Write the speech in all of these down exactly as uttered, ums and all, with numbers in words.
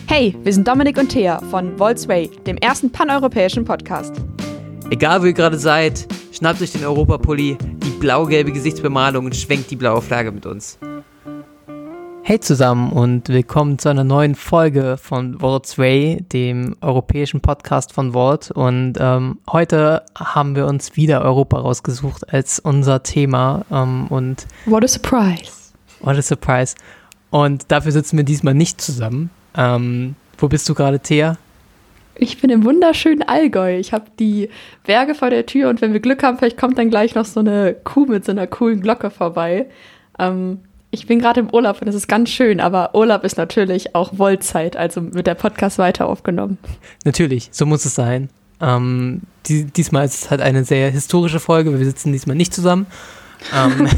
Hey, wir sind Dominik und Thea von Voltsway, dem ersten paneuropäischen Podcast. Egal wo ihr gerade seid, schnappt euch den Europapulli, die blau-gelbe Gesichtsbemalung und schwenkt die blaue Flagge mit uns. Hey zusammen und willkommen zu einer neuen Folge von Voltsway, dem europäischen Podcast von Volt. Und ähm, heute haben wir uns wieder Europa rausgesucht als unser Thema. Ähm, und What a surprise. What a surprise. Und dafür sitzen wir diesmal nicht zusammen. Ähm, wo bist du gerade, Thea? Ich bin im wunderschönen Allgäu. Ich habe die Berge vor der Tür und wenn wir Glück haben, vielleicht kommt dann gleich noch so eine Kuh mit so einer coolen Glocke vorbei. Ähm, ich bin gerade im Urlaub und es ist ganz schön, aber Urlaub ist natürlich auch Voltzeit, also wird der Podcast weiter aufgenommen. Natürlich, so muss es sein. Ähm, die, diesmal ist es halt eine sehr historische Folge, weil wir sitzen diesmal nicht zusammen. Ähm,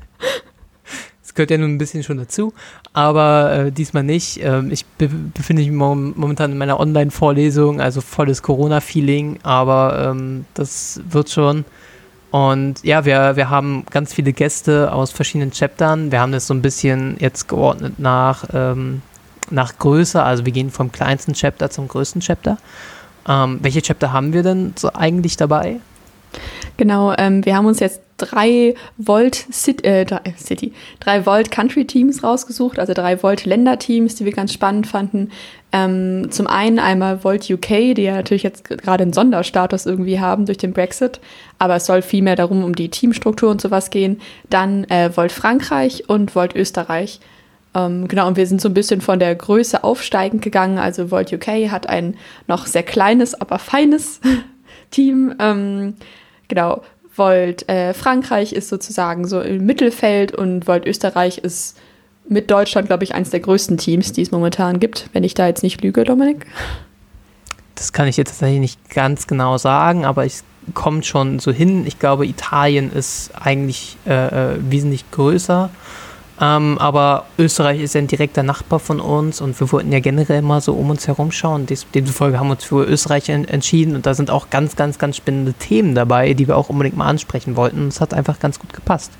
das gehört ja nun ein bisschen schon dazu, aber äh, diesmal nicht. Ähm, ich be- befinde mich mom- momentan in meiner Online-Vorlesung, also volles Corona-Feeling, aber ähm, das wird schon. Und ja, wir, wir haben ganz viele Gäste aus verschiedenen Chaptern. Wir haben das so ein bisschen jetzt geordnet nach, ähm, nach Größe, also wir gehen vom kleinsten Chapter zum größten Chapter. Ähm, welche Chapter haben wir denn so eigentlich dabei? Genau, ähm, wir haben uns jetzt drei Volt City, äh, drei, City, drei Volt Country Teams rausgesucht, also drei Volt Länderteams, die wir ganz spannend fanden. Ähm, zum einen einmal Volt U K, die ja natürlich jetzt gerade einen Sonderstatus irgendwie haben durch den Brexit, aber es soll vielmehr darum um die Teamstruktur und sowas gehen. Dann äh, Volt Frankreich und Volt Österreich. Ähm, genau, und wir sind so ein bisschen von der Größe aufsteigend gegangen. Also Volt U K hat ein noch sehr kleines, aber feines Team. Ähm, genau, Volt äh, Frankreich ist sozusagen so im Mittelfeld und Volt Österreich ist mit Deutschland, glaube ich, eines der größten Teams, die es momentan gibt, wenn ich da jetzt nicht lüge, Dominik. Das kann ich jetzt tatsächlich nicht ganz genau sagen, aber es kommt schon so hin. Ich glaube, Italien ist eigentlich äh, wesentlich größer, ähm, aber Österreich ist ja ein direkter Nachbar von uns und wir wollten ja generell mal so um uns herum schauen. Dies, demzufolge haben wir uns für Österreich en- entschieden und da sind auch ganz, ganz, ganz spannende Themen dabei, die wir auch unbedingt mal ansprechen wollten. Und es hat einfach ganz gut gepasst.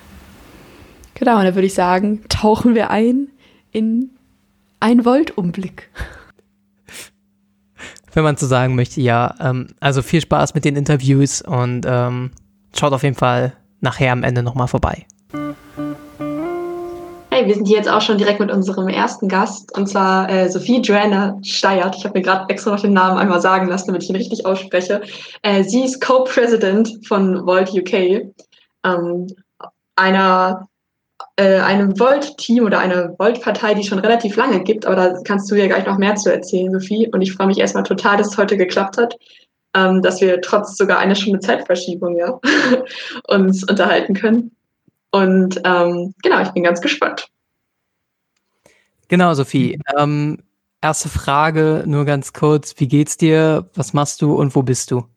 Genau, und da würde ich sagen, tauchen wir ein in einen Volt-Umblick. Wenn man so sagen möchte, ja. Ähm, also viel Spaß mit den Interviews und ähm, schaut auf jeden Fall nachher am Ende nochmal vorbei. Hey, wir sind hier jetzt auch schon direkt mit unserem ersten Gast, und zwar äh, Sophie Joanna Steyert. Ich habe mir gerade extra noch den Namen einmal sagen lassen, damit ich ihn richtig ausspreche. Äh, sie ist Co-President von Volt U K, ähm, einer äh, einem Volt-Team oder eine Volt-Partei, die schon relativ lange gibt, aber da kannst du ja gleich noch mehr zu erzählen, Sophie. Und ich freue mich erstmal total, dass es heute geklappt hat, ähm, dass wir trotz sogar einer Stunde Zeitverschiebung ja, uns unterhalten können. Und ähm, genau, ich bin ganz gespannt. Genau, Sophie. Ähm, erste Frage, nur ganz kurz. Wie geht's dir? Was machst du und wo bist du?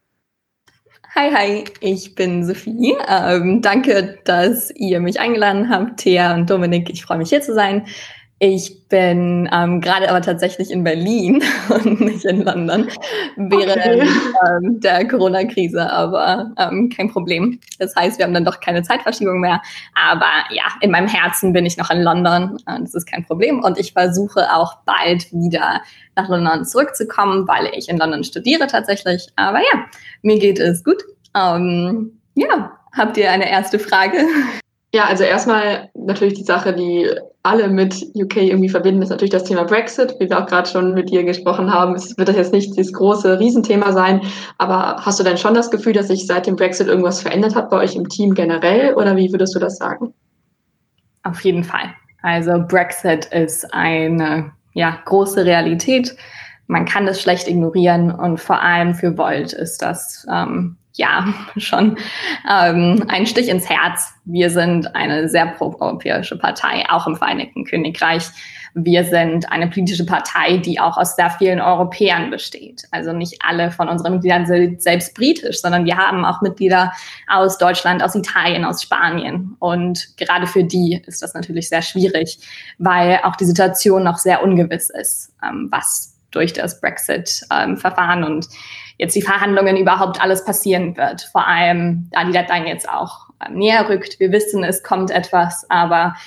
Hi, hi, ich bin Sophie. Ähm, danke, dass ihr mich eingeladen habt, Thea und Dominik. Ich freue mich, hier zu sein. Ich bin ähm, gerade aber tatsächlich in Berlin und nicht in London während Okay. ähm, der Corona-Krise, aber ähm, kein Problem. Das heißt, wir haben dann doch keine Zeitverschiebung mehr. Aber ja, in meinem Herzen bin ich noch in London. Äh, das ist kein Problem. Und ich versuche auch bald wieder nach London zurückzukommen, weil ich in London studiere tatsächlich. Aber ja, mir geht es gut. Ähm, ja, habt ihr eine erste Frage? Ja, also erstmal natürlich die Sache, die alle mit U K irgendwie verbinden, ist natürlich das Thema Brexit. Wie wir auch gerade schon mit dir gesprochen haben, es wird das jetzt nicht das große Riesenthema sein, aber hast du denn schon das Gefühl, dass sich seit dem Brexit irgendwas verändert hat bei euch im Team generell, oder wie würdest du das sagen? Auf jeden Fall. Also Brexit ist eine ja, große Realität. Man kann das schlecht ignorieren und vor allem für Volt ist das ähm, ja schon ähm, ein Stich ins Herz. Wir sind eine sehr pro-europäische Partei, auch im Vereinigten Königreich. Wir sind eine politische Partei, die auch aus sehr vielen Europäern besteht. Also nicht alle von unseren Mitgliedern sind selbst britisch, sondern wir haben auch Mitglieder aus Deutschland, aus Italien, aus Spanien. Und gerade für die ist das natürlich sehr schwierig, weil auch die Situation noch sehr ungewiss ist, ähm, was durch das Brexit-Verfahren ähm, und jetzt die Verhandlungen überhaupt alles passieren wird. Vor allem, da die Deadline jetzt auch ähm, näher rückt. Wir wissen, es kommt etwas, aber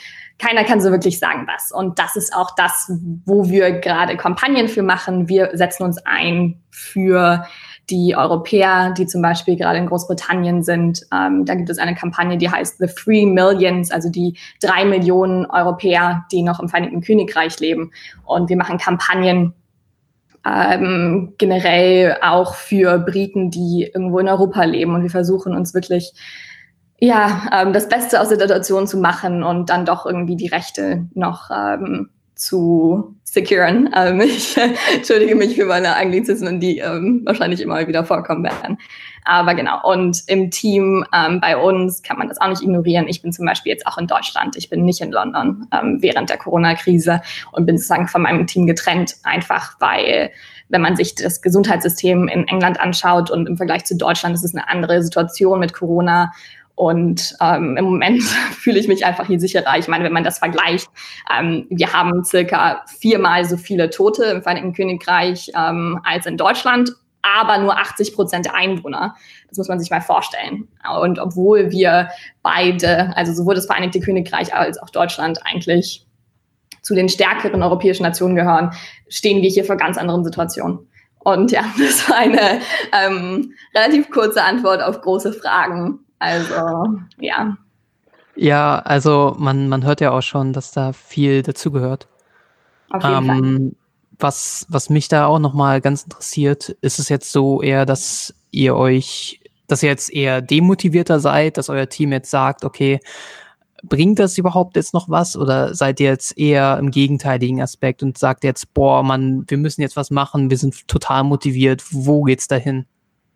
keiner kann so wirklich sagen, was. Und das ist auch das, wo wir gerade Kampagnen für machen. Wir setzen uns ein für die Europäer, die zum Beispiel gerade in Großbritannien sind. Ähm, da gibt es eine Kampagne, die heißt The Three Millions, also die drei Millionen Europäer, die noch im Vereinigten Königreich leben. Und wir machen Kampagnen ähm, generell auch für Briten, die irgendwo in Europa leben. Und wir versuchen uns wirklich ja, ähm, das Beste aus der Situation zu machen und dann doch irgendwie die Rechte noch ähm, zu securen. Ähm, ich äh, entschuldige mich für meine Anglizismen, die ähm, wahrscheinlich immer wieder vorkommen werden. Aber genau, und im Team ähm, bei uns kann man das auch nicht ignorieren. Ich bin zum Beispiel jetzt auch in Deutschland. Ich bin nicht in London ähm, während der Corona-Krise und bin sozusagen von meinem Team getrennt, einfach weil, wenn man sich das Gesundheitssystem in England anschaut und im Vergleich zu Deutschland, ist es eine andere Situation mit Corona. Und ähm, im Moment fühle ich mich einfach hier sicherer. Ich meine, wenn man das vergleicht, ähm, wir haben circa viermal so viele Tote im Vereinigten Königreich ähm, als in Deutschland, aber nur achtzig Prozent der Einwohner. Das muss man sich mal vorstellen. Und obwohl wir beide, also sowohl das Vereinigte Königreich als auch Deutschland eigentlich zu den stärkeren europäischen Nationen gehören, stehen wir hier vor ganz anderen Situationen. Und ja, das war eine ähm, relativ kurze Antwort auf große Fragen. Also, ja. Ja, also man, man hört ja auch schon, dass da viel dazugehört. Auf jeden ähm, Fall. Was, was mich da auch nochmal ganz interessiert, ist es jetzt so eher, dass ihr euch, dass ihr jetzt eher demotivierter seid, dass euer Team jetzt sagt, okay, bringt das überhaupt jetzt noch was? Oder seid ihr jetzt eher im gegenteiligen Aspekt und sagt jetzt, boah, Mann, wir müssen jetzt was machen, wir sind total motiviert, wo geht's dahin?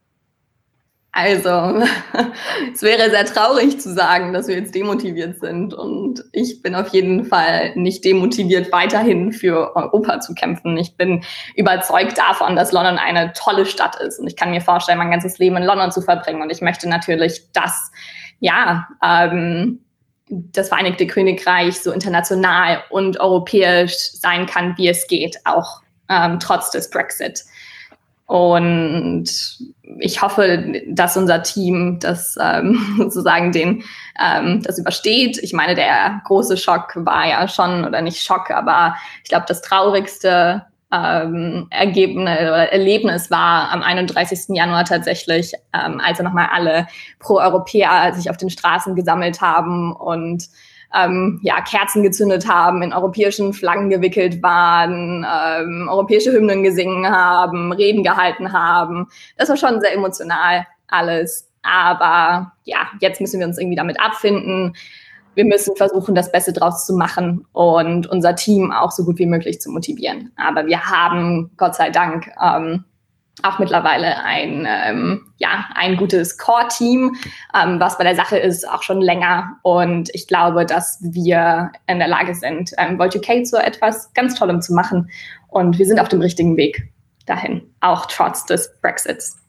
Also, es wäre sehr traurig zu sagen, dass wir jetzt demotiviert sind. Und ich bin auf jeden Fall nicht demotiviert, weiterhin für Europa zu kämpfen. Ich bin überzeugt davon, dass London eine tolle Stadt ist. Und ich kann mir vorstellen, mein ganzes Leben in London zu verbringen. Und ich möchte natürlich, dass, ja, ähm, das Vereinigte Königreich so international und europäisch sein kann, wie es geht, auch ähm, trotz des Brexit. Und ich hoffe, dass unser Team das ähm, sozusagen den ähm, das übersteht. Ich meine, der große Schock war ja schon, oder nicht Schock, aber ich glaube, das traurigste ähm, Ergebnis oder Erlebnis war am einunddreißigsten Januar tatsächlich, ähm, als nochmal alle Pro-Europäer sich auf den Straßen gesammelt haben und Ähm, ja, Kerzen gezündet haben, in europäischen Flaggen gewickelt waren, ähm, europäische Hymnen gesungen haben, Reden gehalten haben. Das war schon sehr emotional alles. Aber ja, jetzt müssen wir uns irgendwie damit abfinden. Wir müssen versuchen, das Beste draus zu machen und unser Team auch so gut wie möglich zu motivieren. Aber wir haben, Gott sei Dank, ähm, auch mittlerweile ein, ähm, ja, ein gutes Core-Team, ähm, was bei der Sache ist, auch schon länger. Und ich glaube, dass wir in der Lage sind, ähm, Volt U K zu etwas ganz Tollem zu machen. Und wir sind auf dem richtigen Weg dahin, auch trotz des Brexits.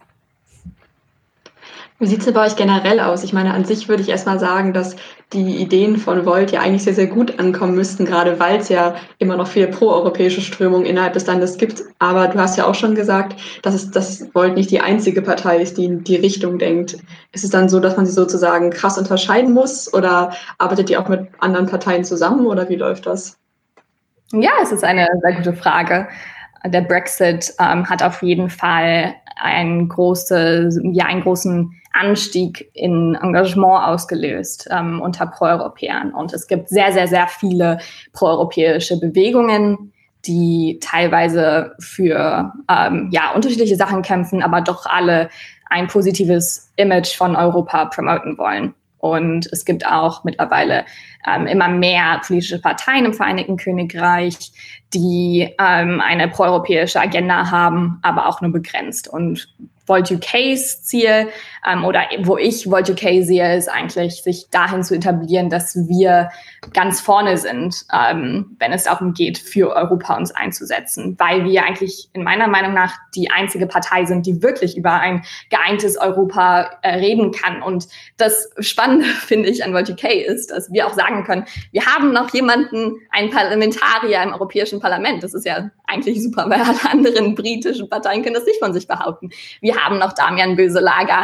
Wie sieht es denn bei euch generell aus? Ich meine, an sich würde ich erstmal sagen, dass die Ideen von Volt ja eigentlich sehr, sehr gut ankommen müssten, gerade weil es ja immer noch viele proeuropäische Strömungen innerhalb des Landes gibt. Aber du hast ja auch schon gesagt, dass es, dass Volt nicht die einzige Partei ist, die in die Richtung denkt. Ist es dann so, dass man sie sozusagen krass unterscheiden muss, oder arbeitet ihr auch mit anderen Parteien zusammen, oder wie läuft das? Ja, es ist eine sehr gute Frage. Der Brexit ähm, hat auf jeden Fall einen, große, ja, einen großen Anstieg in Engagement ausgelöst ähm, unter Proeuropäern. Und es gibt sehr, sehr, sehr viele proeuropäische Bewegungen, die teilweise für ähm, ja, unterschiedliche Sachen kämpfen, aber doch alle ein positives Image von Europa promoten wollen. Und es gibt auch mittlerweile ähm, immer mehr politische Parteien im Vereinigten Königreich, die ähm, eine proeuropäische Agenda haben, aber auch nur begrenzt. Und Volt U K's Ziel ähm, oder wo ich Volt U K sehe, ist eigentlich, sich dahin zu etablieren, dass wir ganz vorne sind, ähm, wenn es darum geht, für Europa uns einzusetzen. Weil wir eigentlich in meiner Meinung nach die einzige Partei sind, die wirklich über ein geeintes Europa äh, reden kann. Und das Spannende, finde ich, an Volt U K ist, dass wir auch sagen können, wir haben noch jemanden, einen Parlamentarier im Europäischen Parlament. Das ist ja eigentlich super, weil alle anderen britischen Parteien können das nicht von sich behaupten. Wir haben noch Damian Böselager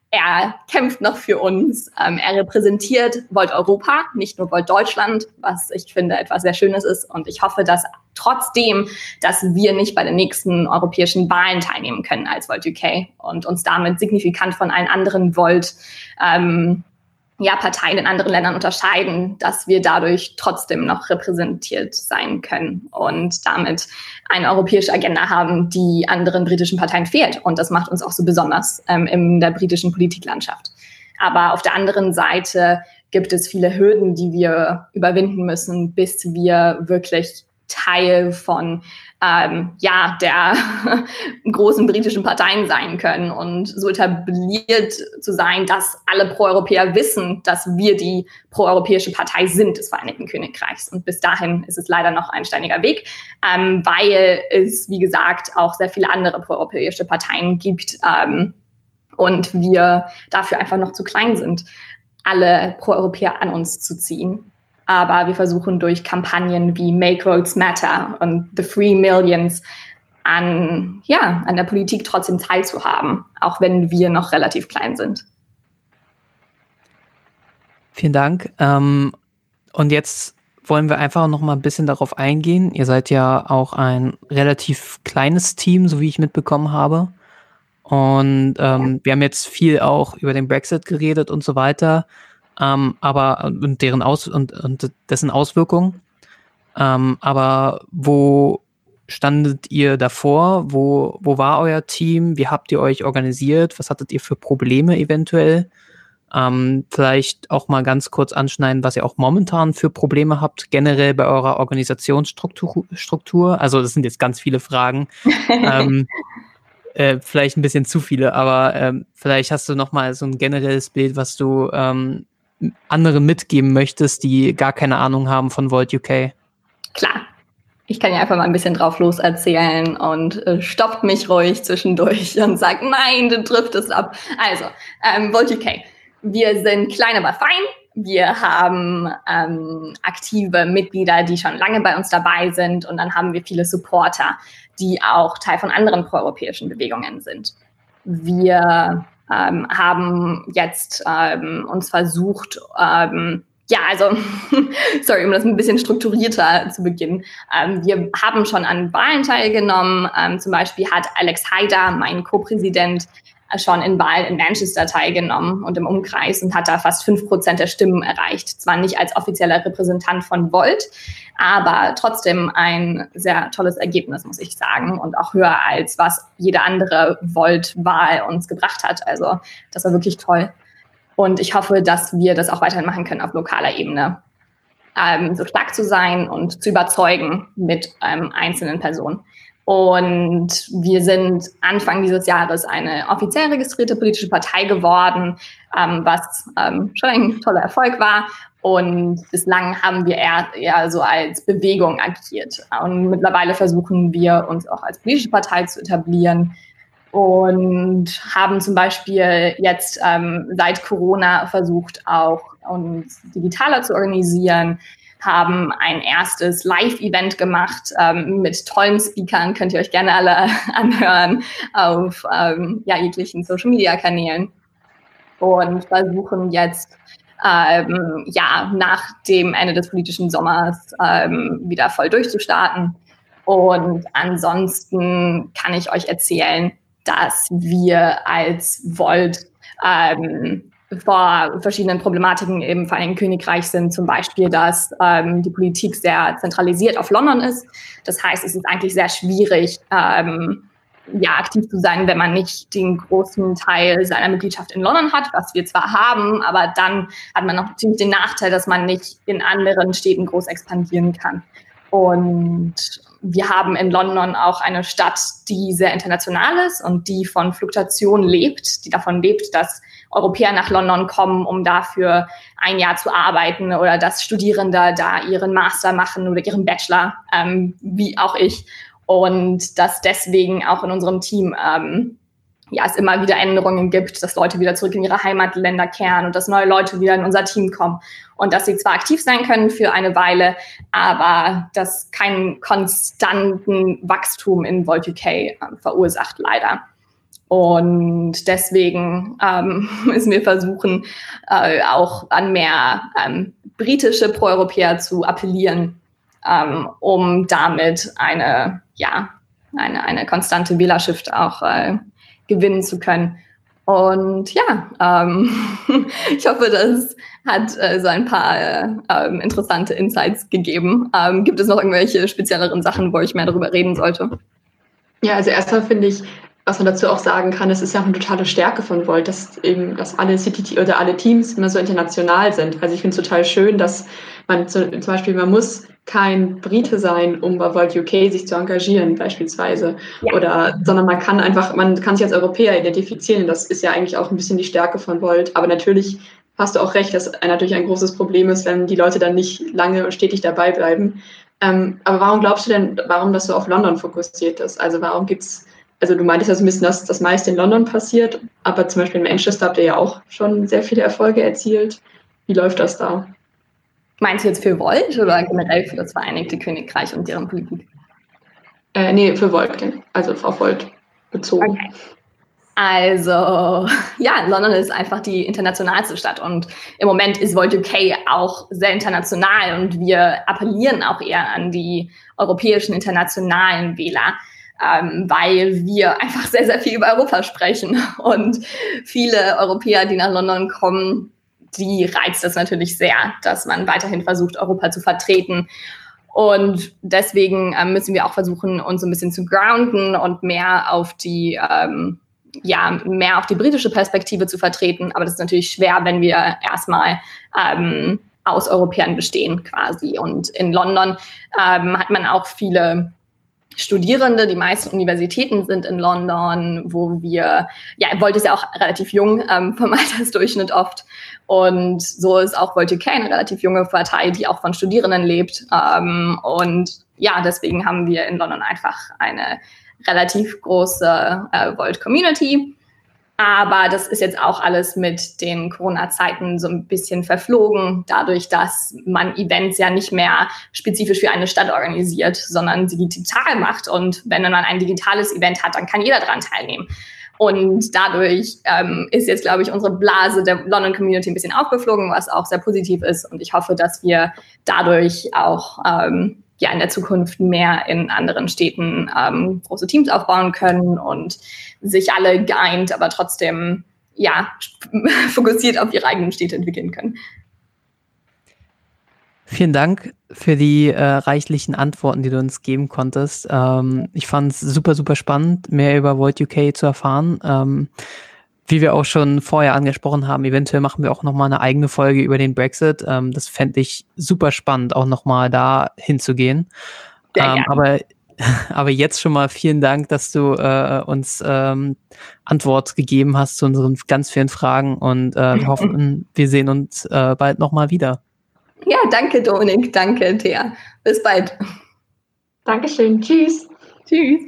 er kämpft noch für uns. Ähm, er repräsentiert Volt Europa, nicht nur Volt Deutschland, was ich finde etwas sehr Schönes ist. Und ich hoffe, dass trotzdem, dass wir nicht bei den nächsten europäischen Wahlen teilnehmen können als Volt U K und uns damit signifikant von allen anderen Volt ähm, ja, Parteien in anderen Ländern unterscheiden, dass wir dadurch trotzdem noch repräsentiert sein können und damit eine europäische Agenda haben, die anderen britischen Parteien fehlt. Und das macht uns auch so besonders ähm, in der britischen Politiklandschaft. Aber auf der anderen Seite gibt es viele Hürden, die wir überwinden müssen, bis wir wirklich Teil von ähm, ja, der großen britischen Parteien sein können und so etabliert zu sein, dass alle Pro-Europäer wissen, dass wir die pro-europäische Partei sind des Vereinigten Königreichs. Und bis dahin ist es leider noch ein steiniger Weg, ähm, weil es, wie gesagt, auch sehr viele andere pro-europäische Parteien gibt ähm, und wir dafür einfach noch zu klein sind, alle Pro-Europäer an uns zu ziehen. Aber wir versuchen durch Kampagnen wie Make Votes Matter und The Free Millions an, ja, an der Politik trotzdem teilzuhaben, auch wenn wir noch relativ klein sind. Vielen Dank. Ähm, und jetzt wollen wir einfach noch mal ein bisschen darauf eingehen. Ihr seid ja auch ein relativ kleines Team, so wie ich mitbekommen habe. Und ähm, wir haben jetzt viel auch über den Brexit geredet und so weiter. Ähm, aber und deren Aus und, und dessen Auswirkungen. Ähm, aber wo standet ihr davor? Wo, wo war euer Team? Wie habt ihr euch organisiert? Was hattet ihr für Probleme eventuell? Ähm, vielleicht auch mal ganz kurz anschneiden, was ihr auch momentan für Probleme habt, generell bei eurer Organisationsstruktur. Struktur. Also das sind jetzt ganz viele Fragen. ähm, äh, vielleicht ein bisschen zu viele, aber ähm, vielleicht hast du noch mal so ein generelles Bild, was du ähm, andere mitgeben möchtest, die gar keine Ahnung haben von Volt U K? Klar. Ich kann ja einfach mal ein bisschen drauf los erzählen und äh, stoppt mich ruhig zwischendurch und sagt, nein, du driftest ab. Also, ähm, Volt U K. Wir sind klein, aber fein. Wir haben ähm, aktive Mitglieder, die schon lange bei uns dabei sind. Und dann haben wir viele Supporter, die auch Teil von anderen proeuropäischen Bewegungen sind. Wir Ähm, haben jetzt ähm, uns versucht, ähm, ja, also, sorry, um das ein bisschen strukturierter zu beginnen. Ähm, wir haben schon an Wahlen teilgenommen. Ähm, zum Beispiel hat Alex Haider, mein Co-Präsident, schon in Wahlen in Manchester teilgenommen und im Umkreis und hat da fast fünf Prozent der Stimmen erreicht. Zwar nicht als offizieller Repräsentant von Volt, aber trotzdem ein sehr tolles Ergebnis, muss ich sagen. Und auch höher als was jede andere Volt-Wahl uns gebracht hat. Also das war wirklich toll. Und ich hoffe, dass wir das auch weiterhin machen können auf lokaler Ebene. Ähm, so stark zu sein und zu überzeugen mit ähm, einzelnen Personen. Und wir sind Anfang dieses Jahres eine offiziell registrierte politische Partei geworden, ähm, was ähm, schon ein toller Erfolg war. Und bislang haben wir eher, eher so als Bewegung agiert. Und mittlerweile versuchen wir uns auch als politische Partei zu etablieren und haben zum Beispiel jetzt ähm, seit Corona versucht, auch uns digitaler zu organisieren, haben ein erstes Live-Event gemacht ähm, mit tollen Speakern, könnt ihr euch gerne alle anhören auf ähm, ja, jeglichen Social-Media-Kanälen und versuchen jetzt ähm, ja, nach dem Ende des politischen Sommers ähm, wieder voll durchzustarten. Und ansonsten kann ich euch erzählen, dass wir als Volt ähm, vor verschiedenen Problematiken im Vereinigten Königreich sind, zum Beispiel, dass ähm, die Politik sehr zentralisiert auf London ist. Das heißt, es ist eigentlich sehr schwierig, ähm, ja, aktiv zu sein, wenn man nicht den großen Teil seiner Mitgliedschaft in London hat, was wir zwar haben, aber dann hat man noch ziemlich den Nachteil, dass man nicht in anderen Städten groß expandieren kann. Und wir haben in London auch eine Stadt, die sehr international ist und die von Fluktuation lebt, die davon lebt, dass Europäer nach London kommen, um dafür ein Jahr zu arbeiten oder dass Studierende da ihren Master machen oder ihren Bachelor, ähm, wie auch ich. Und dass deswegen auch in unserem Team ähm, ja, es immer wieder Änderungen gibt, dass Leute wieder zurück in ihre Heimatländer kehren und dass neue Leute wieder in unser Team kommen. Und dass sie zwar aktiv sein können für eine Weile, aber das keinen konstanten Wachstum in Volt U K äh, verursacht, leider. Und deswegen ähm, müssen wir versuchen, äh, auch an mehr ähm, britische Pro-Europäer zu appellieren, ähm, um damit eine, ja, eine, eine konstante Wählerschaft auch äh, gewinnen zu können. Und ja, ähm, ich hoffe, das hat äh, so ein paar äh, interessante Insights gegeben. Ähm, gibt es noch irgendwelche spezielleren Sachen, wo ich mehr darüber reden sollte? Ja, also erstmal finde ich, was man dazu auch sagen kann, es ist ja auch eine totale Stärke von Volt, dass eben, dass alle City oder alle Teams immer so international sind. Also ich finde es total schön, dass man zu, zum Beispiel, man muss kein Brite sein, um bei Volt U K sich zu engagieren, beispielsweise. Ja. Oder, sondern man kann einfach, man kann sich als Europäer identifizieren. Das ist ja eigentlich auch ein bisschen die Stärke von Volt. Aber natürlich hast du auch recht, dass natürlich ein großes Problem ist, wenn die Leute dann nicht lange und stetig dabei bleiben. Ähm, aber warum glaubst du denn, warum das so auf London fokussiert ist? Also warum gibt's, also du meintest ja so ein bisschen, dass das meiste in London passiert, aber zum Beispiel in Manchester habt ihr ja auch schon sehr viele Erfolge erzielt. Wie läuft das da? Meinst du jetzt für Volt oder generell für das Vereinigte Königreich und deren Politik? Äh, nee, für Volt, also auf Volt bezogen. Okay. Also, ja, London ist einfach die internationalste Stadt und im Moment ist Volt U K auch sehr international und wir appellieren auch eher an die europäischen internationalen Wähler, ähm, weil wir einfach sehr, sehr viel über Europa sprechen und viele Europäer, die nach London kommen, die reizt es natürlich sehr, dass man weiterhin versucht, Europa zu vertreten. Und deswegen ähm, müssen wir auch versuchen, uns ein bisschen zu grounden und mehr auf die ähm, ja, mehr auf die britische Perspektive zu vertreten. Aber das ist natürlich schwer, wenn wir erstmal ähm, aus Europäern bestehen quasi. Und in London ähm, hat man auch viele Studierende. Die meisten Universitäten sind in London, wo wir, ja, Volt ist ja auch relativ jung ähm, vom Altersdurchschnitt oft. Und so ist auch Volt U K eine relativ junge Partei, die auch von Studierenden lebt. Ähm, und ja, deswegen haben wir in London einfach eine relativ große äh, Volt-Community. Aber das ist jetzt auch alles mit den Corona-Zeiten so ein bisschen verflogen, dadurch, dass man Events ja nicht mehr spezifisch für eine Stadt organisiert, sondern sie digital macht. Und wenn man ein digitales Event hat, dann kann jeder daran teilnehmen. Und dadurch ähm, ist jetzt, glaube ich, unsere Blase der London-Community ein bisschen aufgeflogen, was auch sehr positiv ist. Und ich hoffe, dass wir dadurch auch ähm, ja in der Zukunft mehr in anderen Städten ähm, große Teams aufbauen können und sich alle geeint, aber trotzdem ja fokussiert auf ihre eigenen Städte entwickeln können. Vielen Dank für die äh, reichlichen Antworten, die du uns geben konntest. Ähm, ich fand es super, super spannend, mehr über Volt U K zu erfahren. Ähm, Wie wir auch schon vorher angesprochen haben, eventuell machen wir auch nochmal eine eigene Folge über den Brexit. Ähm, das fände ich super spannend, auch nochmal da hinzugehen. Ähm, aber, aber jetzt schon mal vielen Dank, dass du äh, uns ähm, Antwort gegeben hast zu unseren ganz vielen Fragen und äh, wir hoffen, wir sehen uns äh, bald nochmal wieder. Ja, danke Dominik, danke Thea. Bis bald. Dankeschön, tschüss. Tschüss.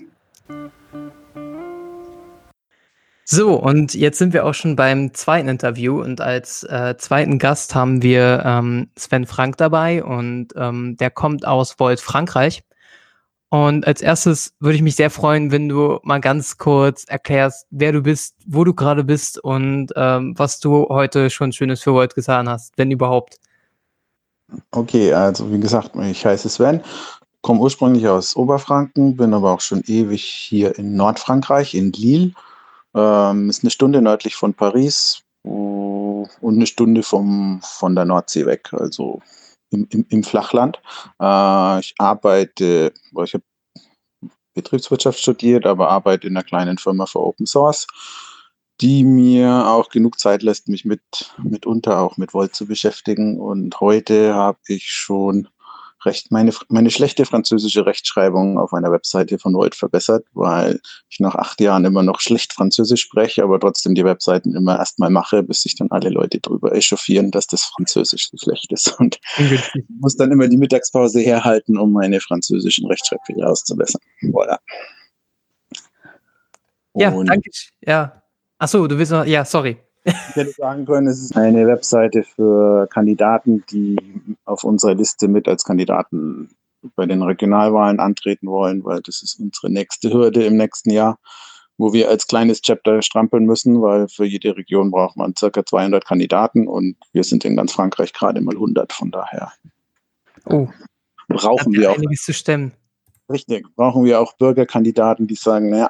So, und jetzt sind wir auch schon beim zweiten Interview und als äh, zweiten Gast haben wir ähm, Sven Frank dabei und ähm, der kommt aus Volt Frankreich. Und als erstes würde ich mich sehr freuen, wenn du mal ganz kurz erklärst, wer du bist, wo du gerade bist und ähm, was du heute schon Schönes für Volt getan hast, wenn überhaupt. Okay, also wie gesagt, ich heiße Sven, komme ursprünglich aus Oberfranken, bin aber auch schon ewig hier in Nordfrankreich, in Lille. Ähm, ist eine Stunde nördlich von Paris uh, und eine Stunde vom, von der Nordsee weg, also im, im, im Flachland. Äh, ich arbeite, ich habe Betriebswirtschaft studiert, aber arbeite in einer kleinen Firma für Open Source, die mir auch genug Zeit lässt, mich mit mitunter auch mit Volt zu beschäftigen. Und heute habe ich schon recht meine, meine schlechte französische Rechtschreibung auf einer Webseite von Volt verbessert, weil ich nach acht Jahren immer noch schlecht Französisch spreche, aber trotzdem die Webseiten immer erstmal mache, bis sich dann alle Leute drüber echauffieren, dass das Französisch so schlecht ist. Und ich muss dann immer die Mittagspause herhalten, um meine französischen Rechtschreibfehler auszubessern. Voilà. Ja, danke. Ja. Achso, du willst noch, ja, sorry. Ich hätte sagen können, es ist eine Webseite für Kandidaten, die auf unserer Liste mit als Kandidaten bei den Regionalwahlen antreten wollen, weil das ist unsere nächste Hürde im nächsten Jahr, wo wir als kleines Chapter strampeln müssen, weil für jede Region braucht man circa zweihundert Kandidaten und wir sind in ganz Frankreich gerade mal hundert, von daher Oh, brauchen habt ihr wir auch, einiges zu stemmen. richtig, brauchen wir auch Bürgerkandidaten, die sagen, naja,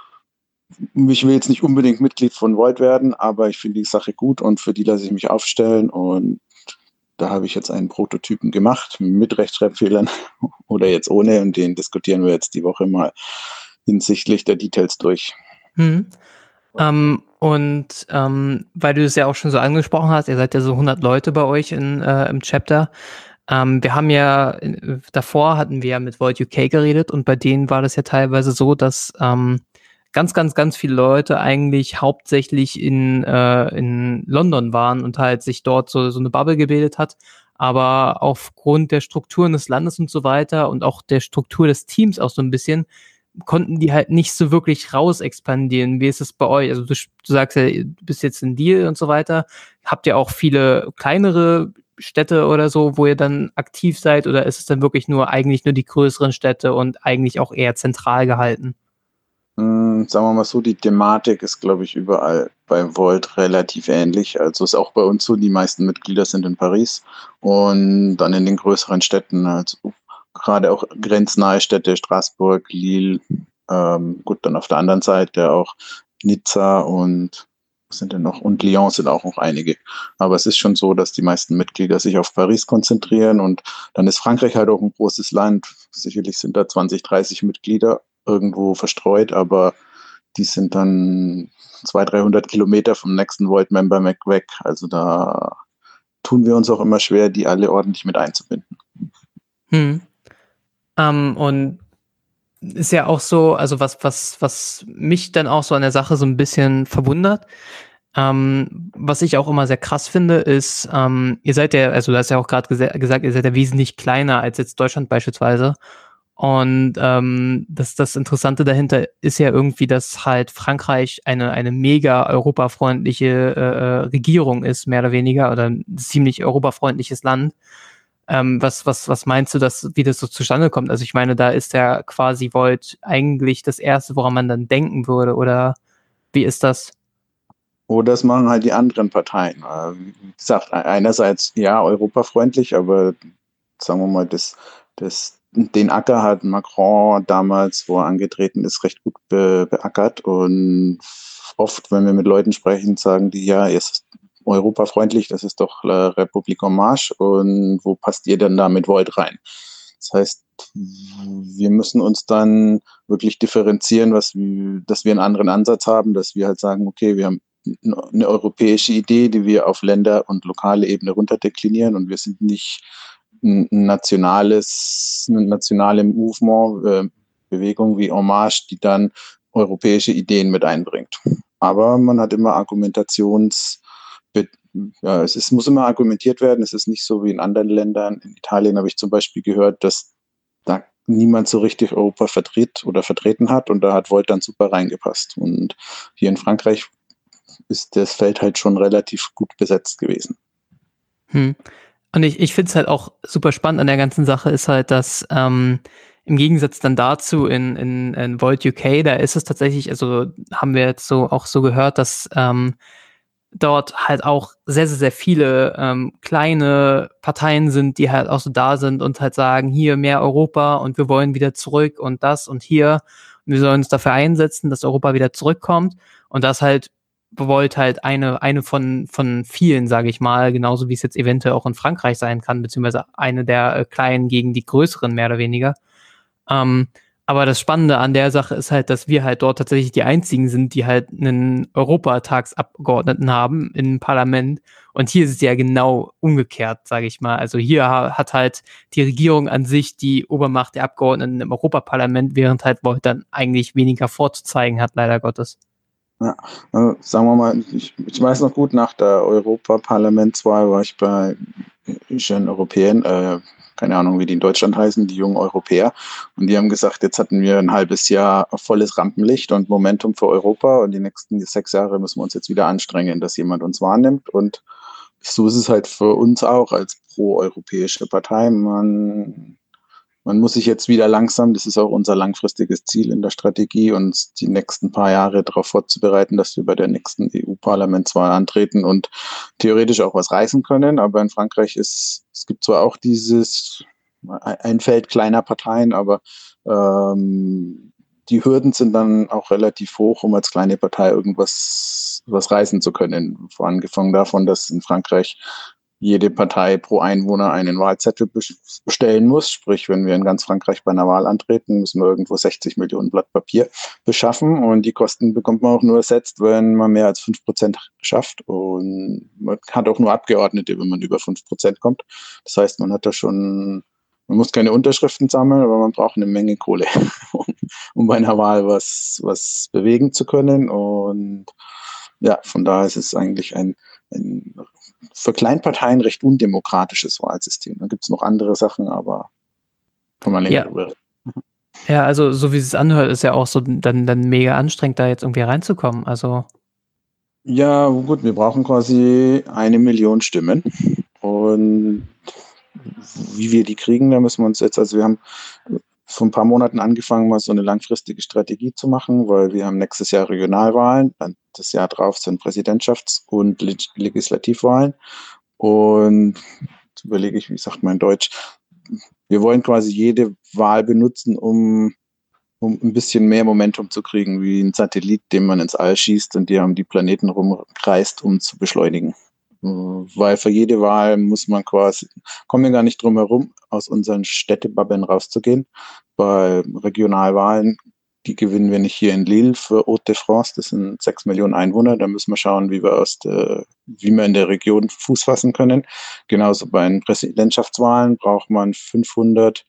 ich will jetzt nicht unbedingt Mitglied von Volt werden, aber ich finde die Sache gut und für die lasse ich mich aufstellen und da habe ich jetzt einen Prototypen gemacht mit Rechtschreibfehlern oder jetzt ohne und den diskutieren wir jetzt die Woche mal hinsichtlich der Details durch. Hm. Ähm, und ähm, weil du es ja auch schon so angesprochen hast, ihr seid ja so hundert Leute bei euch in, äh, im Chapter. Ähm, wir haben ja, in, davor hatten wir ja mit Volt U K geredet und bei denen war das ja teilweise so, dass ähm, ganz, ganz, ganz viele Leute eigentlich hauptsächlich in, äh, in London waren und halt sich dort so, so eine Bubble gebildet hat. Aber aufgrund der Strukturen des Landes und so weiter und auch der Struktur des Teams auch so ein bisschen, konnten die halt nicht so wirklich raus expandieren. Wie ist es bei euch? Also du, du sagst ja, du bist jetzt in Deal und so weiter. Habt ihr auch viele kleinere Städte oder so, wo ihr dann aktiv seid? Oder ist es dann wirklich nur eigentlich nur die größeren Städte und eigentlich auch eher zentral gehalten? Hm, sagen wir mal so, die Thematik ist, glaube ich, überall bei Volt relativ ähnlich. Also ist auch bei uns so, die meisten Mitglieder sind in Paris und dann in den größeren Städten, also gerade auch grenznahe Städte, Straßburg, Lille, ähm, gut, dann auf der anderen Seite auch Nizza und was sind denn noch? Und Lyon sind auch noch einige. Aber es ist schon so, dass die meisten Mitglieder sich auf Paris konzentrieren und dann ist Frankreich halt auch ein großes Land. Sicherlich sind da zwanzig, dreißig Mitglieder irgendwo verstreut, aber die sind dann zweihundert, dreihundert Kilometer vom nächsten Volt-Member weg. Also da tun wir uns auch immer schwer, die alle ordentlich mit einzubinden. Hm. Um, und ist ja auch so, also was, was, was mich dann auch so an der Sache so ein bisschen verwundert, ähm, was ich auch immer sehr krass finde, ist, ähm, ihr seid ja, also du hast ja auch gerade gesa- gesagt, ihr seid ja wesentlich kleiner als jetzt Deutschland beispielsweise. Und ähm, das, das Interessante dahinter ist ja irgendwie, dass halt Frankreich eine, eine mega europafreundliche äh, Regierung ist, mehr oder weniger, oder ein ziemlich europafreundliches Land. Ähm, was, was, was meinst du, dass, wie das so zustande kommt? Also ich meine, da ist ja quasi Volt eigentlich das Erste, woran man dann denken würde, oder wie ist das? Oder das machen halt die anderen Parteien. Äh, Wie gesagt, einerseits ja europafreundlich, aber sagen wir mal, das, das, den Acker hat Macron damals, wo er angetreten ist, recht gut be, beackert. Und oft, wenn wir mit Leuten sprechen, sagen die, ja, er ist europafreundlich, das ist doch La République en Marche. Und wo passt ihr denn da mit Volt rein? Das heißt, wir müssen uns dann wirklich differenzieren, was wir, dass wir einen anderen Ansatz haben, dass wir halt sagen, okay, wir haben eine europäische Idee, die wir auf Länder- und lokale Ebene runterdeklinieren und wir sind nicht ein nationales, eine nationale Movement, äh, Bewegung wie En Marche, die dann europäische Ideen mit einbringt. Aber man hat immer Argumentations, ja, es ist, muss immer argumentiert werden. Es ist nicht so wie in anderen Ländern. In Italien habe ich zum Beispiel gehört, dass da niemand so richtig Europa vertritt oder vertreten hat und da hat Volt dann super reingepasst. Und hier in Frankreich ist das Feld halt schon relativ gut besetzt gewesen. Hm. Und ich, ich finde es halt auch super spannend an der ganzen Sache ist halt, dass ähm, im Gegensatz dann dazu in, in, in Volt U K, da ist es tatsächlich, also haben wir jetzt so auch so gehört, dass ähm, dort halt auch sehr, sehr, sehr viele ähm, kleine Parteien sind, die halt auch so da sind und halt sagen, hier mehr Europa und wir wollen wieder zurück und das und hier. Und wir sollen uns dafür einsetzen, dass Europa wieder zurückkommt und das halt Volt halt eine eine von von vielen, sage ich mal, genauso wie es jetzt eventuell auch in Frankreich sein kann, beziehungsweise eine der äh, kleinen gegen die größeren mehr oder weniger. Ähm, aber das Spannende an der Sache ist halt, dass wir halt dort tatsächlich die einzigen sind, die halt einen Europatagsabgeordneten haben im Parlament. Und hier ist es ja genau umgekehrt, sage ich mal. Also hier hat halt die Regierung an sich die Obermacht der Abgeordneten im Europaparlament, während halt Volt dann eigentlich weniger vorzuzeigen hat, leider Gottes. Ja, äh, sagen wir mal, ich, ich weiß noch gut, nach der Europaparlamentswahl war ich bei Jeunes Européen, äh, keine Ahnung, wie die in Deutschland heißen, die jungen Europäer. Und die haben gesagt, jetzt hatten wir ein halbes Jahr volles Rampenlicht und Momentum für Europa und die nächsten sechs Jahre müssen wir uns jetzt wieder anstrengen, dass jemand uns wahrnimmt. Und so ist es halt für uns auch als pro-europäische Partei. Man man muss sich jetzt wieder langsam, das ist auch unser langfristiges Ziel in der Strategie, uns die nächsten paar Jahre darauf vorzubereiten, dass wir bei der nächsten E U-Parlamentswahl antreten und theoretisch auch was reißen können. Aber in Frankreich ist, es gibt zwar auch dieses, ein Feld kleiner Parteien, aber ähm, die Hürden sind dann auch relativ hoch, um als kleine Partei irgendwas was reißen zu können. Angefangen davon, dass in Frankreich jede Partei pro Einwohner einen Wahlzettel bestellen muss. Sprich, wenn wir in ganz Frankreich bei einer Wahl antreten, müssen wir irgendwo sechzig Millionen Blatt Papier beschaffen. Und die Kosten bekommt man auch nur ersetzt, wenn man mehr als fünf Prozent schafft. Und man hat auch nur Abgeordnete, wenn man über fünf Prozent kommt. Das heißt, man hat da schon, man muss keine Unterschriften sammeln, aber man braucht eine Menge Kohle, um, um bei einer Wahl was, was bewegen zu können. Und ja, von daher ist es eigentlich ein, ein für Kleinparteien recht undemokratisches Wahlsystem. Da gibt es noch andere Sachen, aber kann man länger Ja. drüber reden. Ja, also so wie es sich anhört, ist ja auch so dann, dann mega anstrengend, da jetzt irgendwie reinzukommen. Also Ja, gut, wir brauchen quasi eine Million Stimmen. Und wie wir die kriegen, da müssen wir uns jetzt, also wir haben vor ein paar Monaten angefangen, mal so eine langfristige Strategie zu machen, weil wir haben nächstes Jahr Regionalwahlen, dann das Jahr drauf sind Präsidentschafts- und Leg- Legislativwahlen. Und jetzt überlege ich, wie sagt man in Deutsch, wir wollen quasi jede Wahl benutzen, um, um ein bisschen mehr Momentum zu kriegen, wie ein Satellit, den man ins All schießt und die haben die Planeten rumkreist, um zu beschleunigen. Weil für jede Wahl muss man quasi, kommen wir gar nicht drum herum, aus unseren Städtebabbeln rauszugehen. Bei Regionalwahlen, die gewinnen wir nicht hier in Lille für Hauts-de-France, das sind sechs Millionen Einwohner, da müssen wir schauen, wie wir aus der, wie wir in der Region Fuß fassen können. Genauso bei den Präsidentschaftswahlen braucht man fünfhundert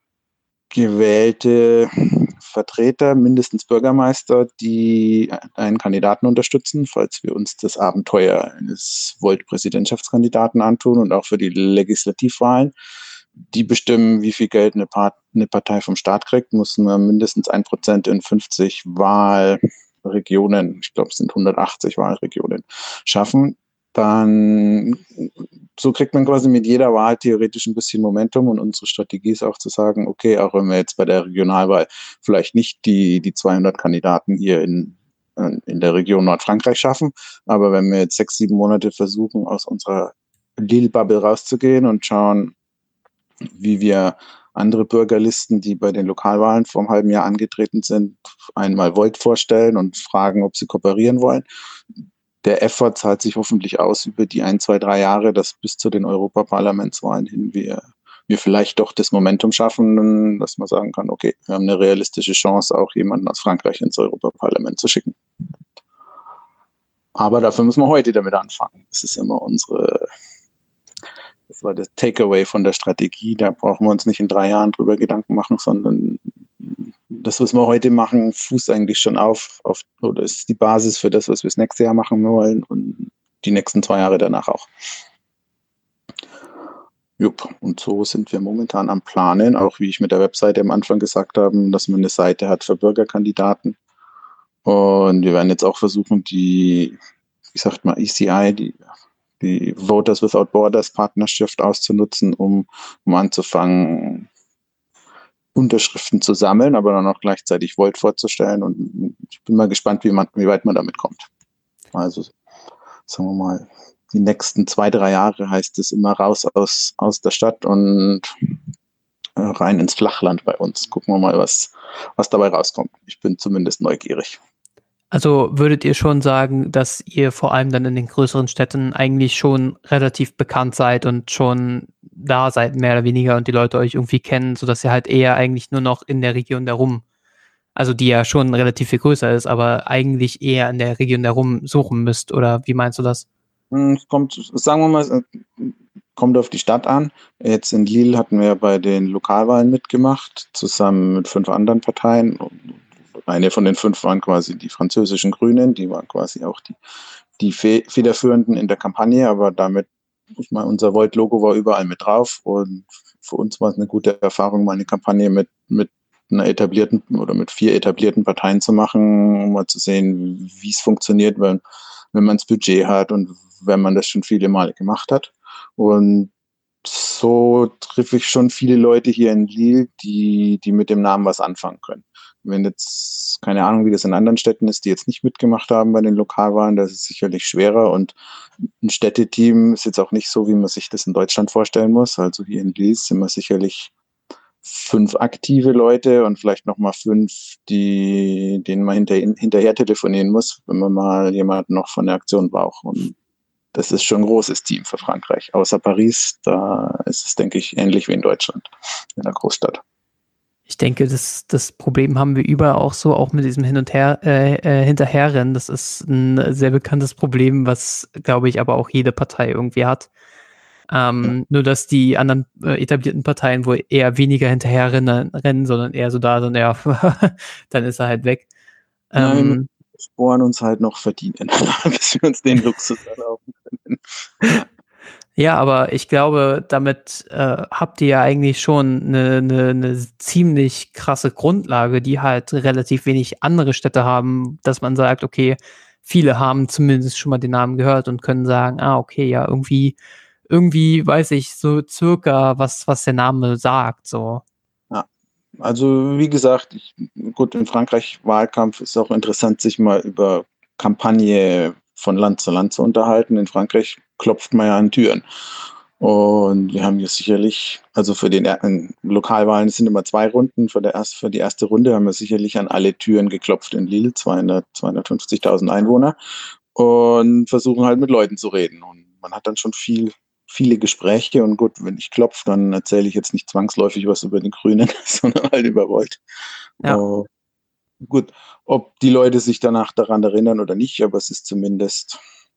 gewählte Vertreter, mindestens Bürgermeister, die einen Kandidaten unterstützen, falls wir uns das Abenteuer eines Volt-Präsidentschaftskandidaten antun und auch für die Legislativwahlen. Die bestimmen, wie viel Geld eine, Part- eine Partei vom Staat kriegt, müssen wir mindestens ein Prozent in fünfzig Wahlregionen, ich glaube es sind hundertachtzig Wahlregionen, schaffen. Dann, so kriegt man quasi mit jeder Wahl theoretisch ein bisschen Momentum und unsere Strategie ist auch zu sagen, okay, auch wenn wir jetzt bei der Regionalwahl vielleicht nicht die, die zweihundert Kandidaten hier in, in der Region Nordfrankreich schaffen, aber wenn wir jetzt sechs, sieben Monate versuchen, aus unserer Lille-Bubble rauszugehen und schauen, wie wir andere Bürgerlisten, die bei den Lokalwahlen vor einem halben Jahr angetreten sind, einmal Volt vorstellen und fragen, ob sie kooperieren wollen. Der Effort zahlt sich hoffentlich aus über die ein, zwei, drei Jahre, dass bis zu den Europaparlamentswahlen hin wir, wir vielleicht doch das Momentum schaffen, dass man sagen kann, okay, wir haben eine realistische Chance, auch jemanden aus Frankreich ins Europaparlament zu schicken. Aber dafür müssen wir heute damit anfangen. Das ist immer unsere, das war das Takeaway von der Strategie. Da brauchen wir uns nicht in drei Jahren drüber Gedanken machen, sondern das, was wir heute machen, fußt eigentlich schon auf, auf oder ist die Basis für das, was wir das nächste Jahr machen wollen und die nächsten zwei Jahre danach auch. Jupp. Und so sind wir momentan am Planen, auch wie ich mit der Webseite am Anfang gesagt habe, dass man eine Seite hat für Bürgerkandidaten. Und wir werden jetzt auch versuchen, die, wie sagt man, E C I, die, die Voters Without Borders Partnerschaft auszunutzen, um, um anzufangen, Unterschriften zu sammeln, aber dann auch gleichzeitig Volt vorzustellen. Und ich bin mal gespannt, wie, man, wie weit man damit kommt. Also, sagen wir mal, die nächsten zwei, drei Jahre heißt es immer raus aus, aus der Stadt und rein ins Flachland bei uns. Gucken wir mal, was, was dabei rauskommt. Ich bin zumindest neugierig. Also würdet ihr schon sagen, dass ihr vor allem dann in den größeren Städten eigentlich schon relativ bekannt seid und schon da seid, mehr oder weniger, und die Leute euch irgendwie kennen, sodass ihr halt eher eigentlich nur noch in der Region darum, also die ja schon relativ viel größer ist, aber eigentlich eher in der Region darum suchen müsst, oder wie meinst du das? Es kommt, sagen wir mal, es kommt auf die Stadt an. Jetzt in Lille hatten wir bei den Lokalwahlen mitgemacht, zusammen mit fünf anderen Parteien. Eine von den fünf waren quasi die französischen Grünen, die waren quasi auch die, die Fe- Federführenden in der Kampagne, aber damit, ich meine, unser Volt-Logo war überall mit drauf und für uns war es eine gute Erfahrung, mal eine Kampagne mit, mit einer etablierten oder mit vier etablierten Parteien zu machen, um mal zu sehen, wie es funktioniert, wenn, wenn man das Budget hat und wenn man das schon viele Male gemacht hat. Und so triff ich schon viele Leute hier in Lille, die, die mit dem Namen was anfangen können. Wenn jetzt, keine Ahnung, wie das in anderen Städten ist, die jetzt nicht mitgemacht haben bei den Lokalwahlen, das ist sicherlich schwerer. Und ein Städteteam ist jetzt auch nicht so, wie man sich das in Deutschland vorstellen muss. Also hier in Lille sind wir sicherlich fünf aktive Leute und vielleicht nochmal fünf, die, denen man hinter, hinterher telefonieren muss, wenn man mal jemanden noch von der Aktion braucht. Und das ist schon ein großes Team für Frankreich. Außer Paris, da ist es, denke ich, ähnlich wie in Deutschland, in der Großstadt. Ich denke, das, das Problem haben wir überall auch so, auch mit diesem Hin- und Her, äh, äh, Hinterherrennen. Das ist ein sehr bekanntes Problem, was, glaube ich, aber auch jede Partei irgendwie hat. Ähm, ja. Nur, dass die anderen äh, etablierten Parteien wohl eher weniger hinterherrennen, rennen, sondern eher so da sind, ja, dann ist er halt weg. Ja, Ähm, wir sporen uns halt noch verdienen, bis wir uns den Luxus erlauben können. Ja, aber ich glaube, damit äh, habt ihr ja eigentlich schon eine, eine, eine ziemlich krasse Grundlage, die halt relativ wenig andere Städte haben, dass man sagt, okay, viele haben zumindest schon mal den Namen gehört und können sagen, ah, okay, ja, irgendwie, irgendwie weiß ich so circa, was, was der Name sagt, so. Ja, also wie gesagt, ich, gut, in Frankreich Wahlkampf ist auch interessant, sich mal über Kampagne von Land zu Land zu unterhalten. In Frankreich klopft man ja an Türen. Und wir haben hier sicherlich, also für den in Lokalwahlen, es sind immer zwei Runden, für, der erst, für die erste Runde haben wir sicherlich an alle Türen geklopft in Lille, zweihundert, zweihundertfünfzigtausend Einwohner, und versuchen halt mit Leuten zu reden. Und man hat dann schon viel, viele Gespräche. Und gut, wenn ich klopfe, dann erzähle ich jetzt nicht zwangsläufig was über die Grünen, sondern halt über Volt. Ja. Uh, gut, ob die Leute sich danach daran erinnern oder nicht, aber es ist zumindest,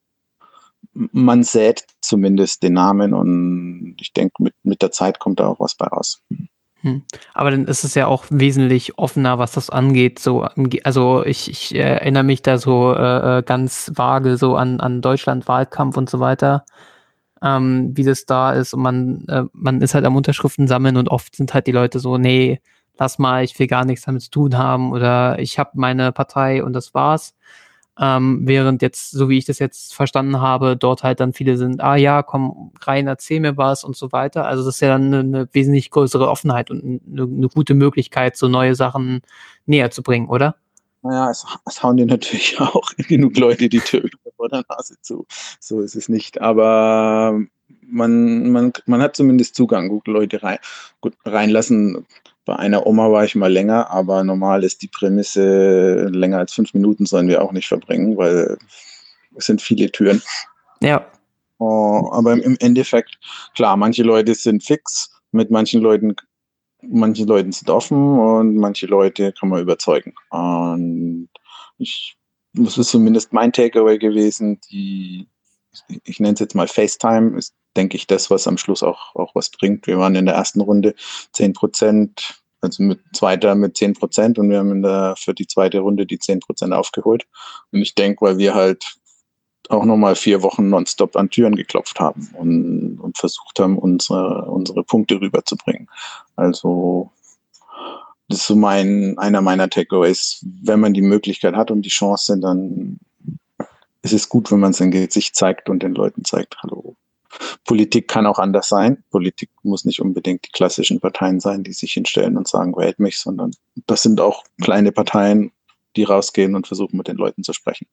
man sät zumindest den Namen, und ich denke, mit, mit der Zeit kommt da auch was bei raus. Hm. Aber dann ist es ja auch wesentlich offener, was das angeht. So, also ich, ich erinnere mich da so äh, ganz vage so an, an Deutschland-Wahlkampf und so weiter, ähm, wie das da ist. Und man, äh, man ist halt am Unterschriften sammeln, und oft sind halt die Leute so, nee, lass mal, ich will gar nichts damit zu tun haben, oder ich habe meine Partei und das war's. Ähm, während jetzt, so wie ich das jetzt verstanden habe, dort halt dann viele sind, ah ja, komm rein, erzähl mir was und so weiter. Also das ist ja dann eine, eine wesentlich größere Offenheit und eine, eine gute Möglichkeit, so neue Sachen näher zu bringen, oder? Naja, es, es hauen dir natürlich auch genug Leute die Tür vor der Nase zu. So ist es nicht. Aber man, man, man hat zumindest Zugang, gute Leute rein, gut reinlassen. Bei einer Oma war ich mal länger, aber normal ist die Prämisse, länger als fünf Minuten sollen wir auch nicht verbringen, weil es sind viele Türen. Ja. Oh, aber im Endeffekt, klar, manche Leute sind fix, mit manchen Leuten, manche Leute sind offen und manche Leute kann man überzeugen. Und ich, das ist zumindest mein Takeaway gewesen, die, ich nenne es jetzt mal FaceTime, ist, denke ich, das, was am Schluss auch, auch was bringt. Wir waren in der ersten Runde zehn Prozent, also mit zweiter mit zehn Prozent, und wir haben in der, für die zweite Runde die zehn Prozent aufgeholt. Und ich denke, weil wir halt auch nochmal vier Wochen nonstop an Türen geklopft haben und, und versucht haben, unsere, unsere Punkte rüberzubringen. Also das ist so mein, einer meiner Takeaways. Wenn man die Möglichkeit hat und die Chance, dann ist es gut, wenn man sein Gesicht zeigt und den Leuten zeigt, hallo. Politik kann auch anders sein. Politik muss nicht unbedingt die klassischen Parteien sein, die sich hinstellen und sagen, wählt mich, sondern das sind auch kleine Parteien, die rausgehen und versuchen, mit den Leuten zu sprechen.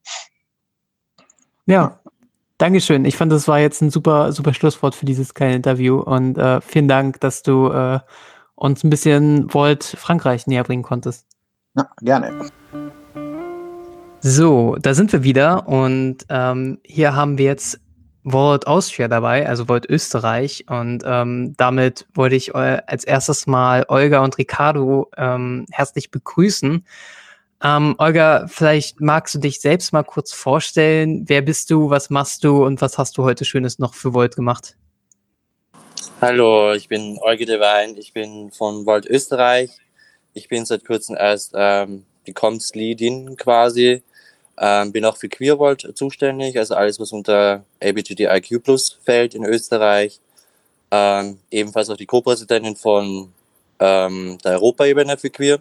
Ja, Dankeschön. Ich fand, das war jetzt ein super, super Schlusswort für dieses kleine Interview, und äh, vielen Dank, dass du äh, uns ein bisschen Volt Frankreich näher bringen konntest. Ja, gerne. So, da sind wir wieder, und ähm, hier haben wir jetzt Volt Austria dabei, also Volt Österreich, und ähm, damit wollte ich äh, als erstes mal Olga und Ricardo ähm, herzlich begrüßen. Ähm, Olga, vielleicht magst du dich selbst mal kurz vorstellen. Wer bist du, was machst du und was hast du heute Schönes noch für Volt gemacht? Hallo, ich bin Olga de Wein, ich bin von Volt Österreich. Ich bin seit kurzem erst ähm, die Comms-Leadin quasi. Ähm, bin auch für QueerVolt zuständig, also alles, was unter L G B T I Q plus fällt in Österreich. Ähm, ebenfalls auch die Co-Präsidentin von ähm, der Europaebene für Queer.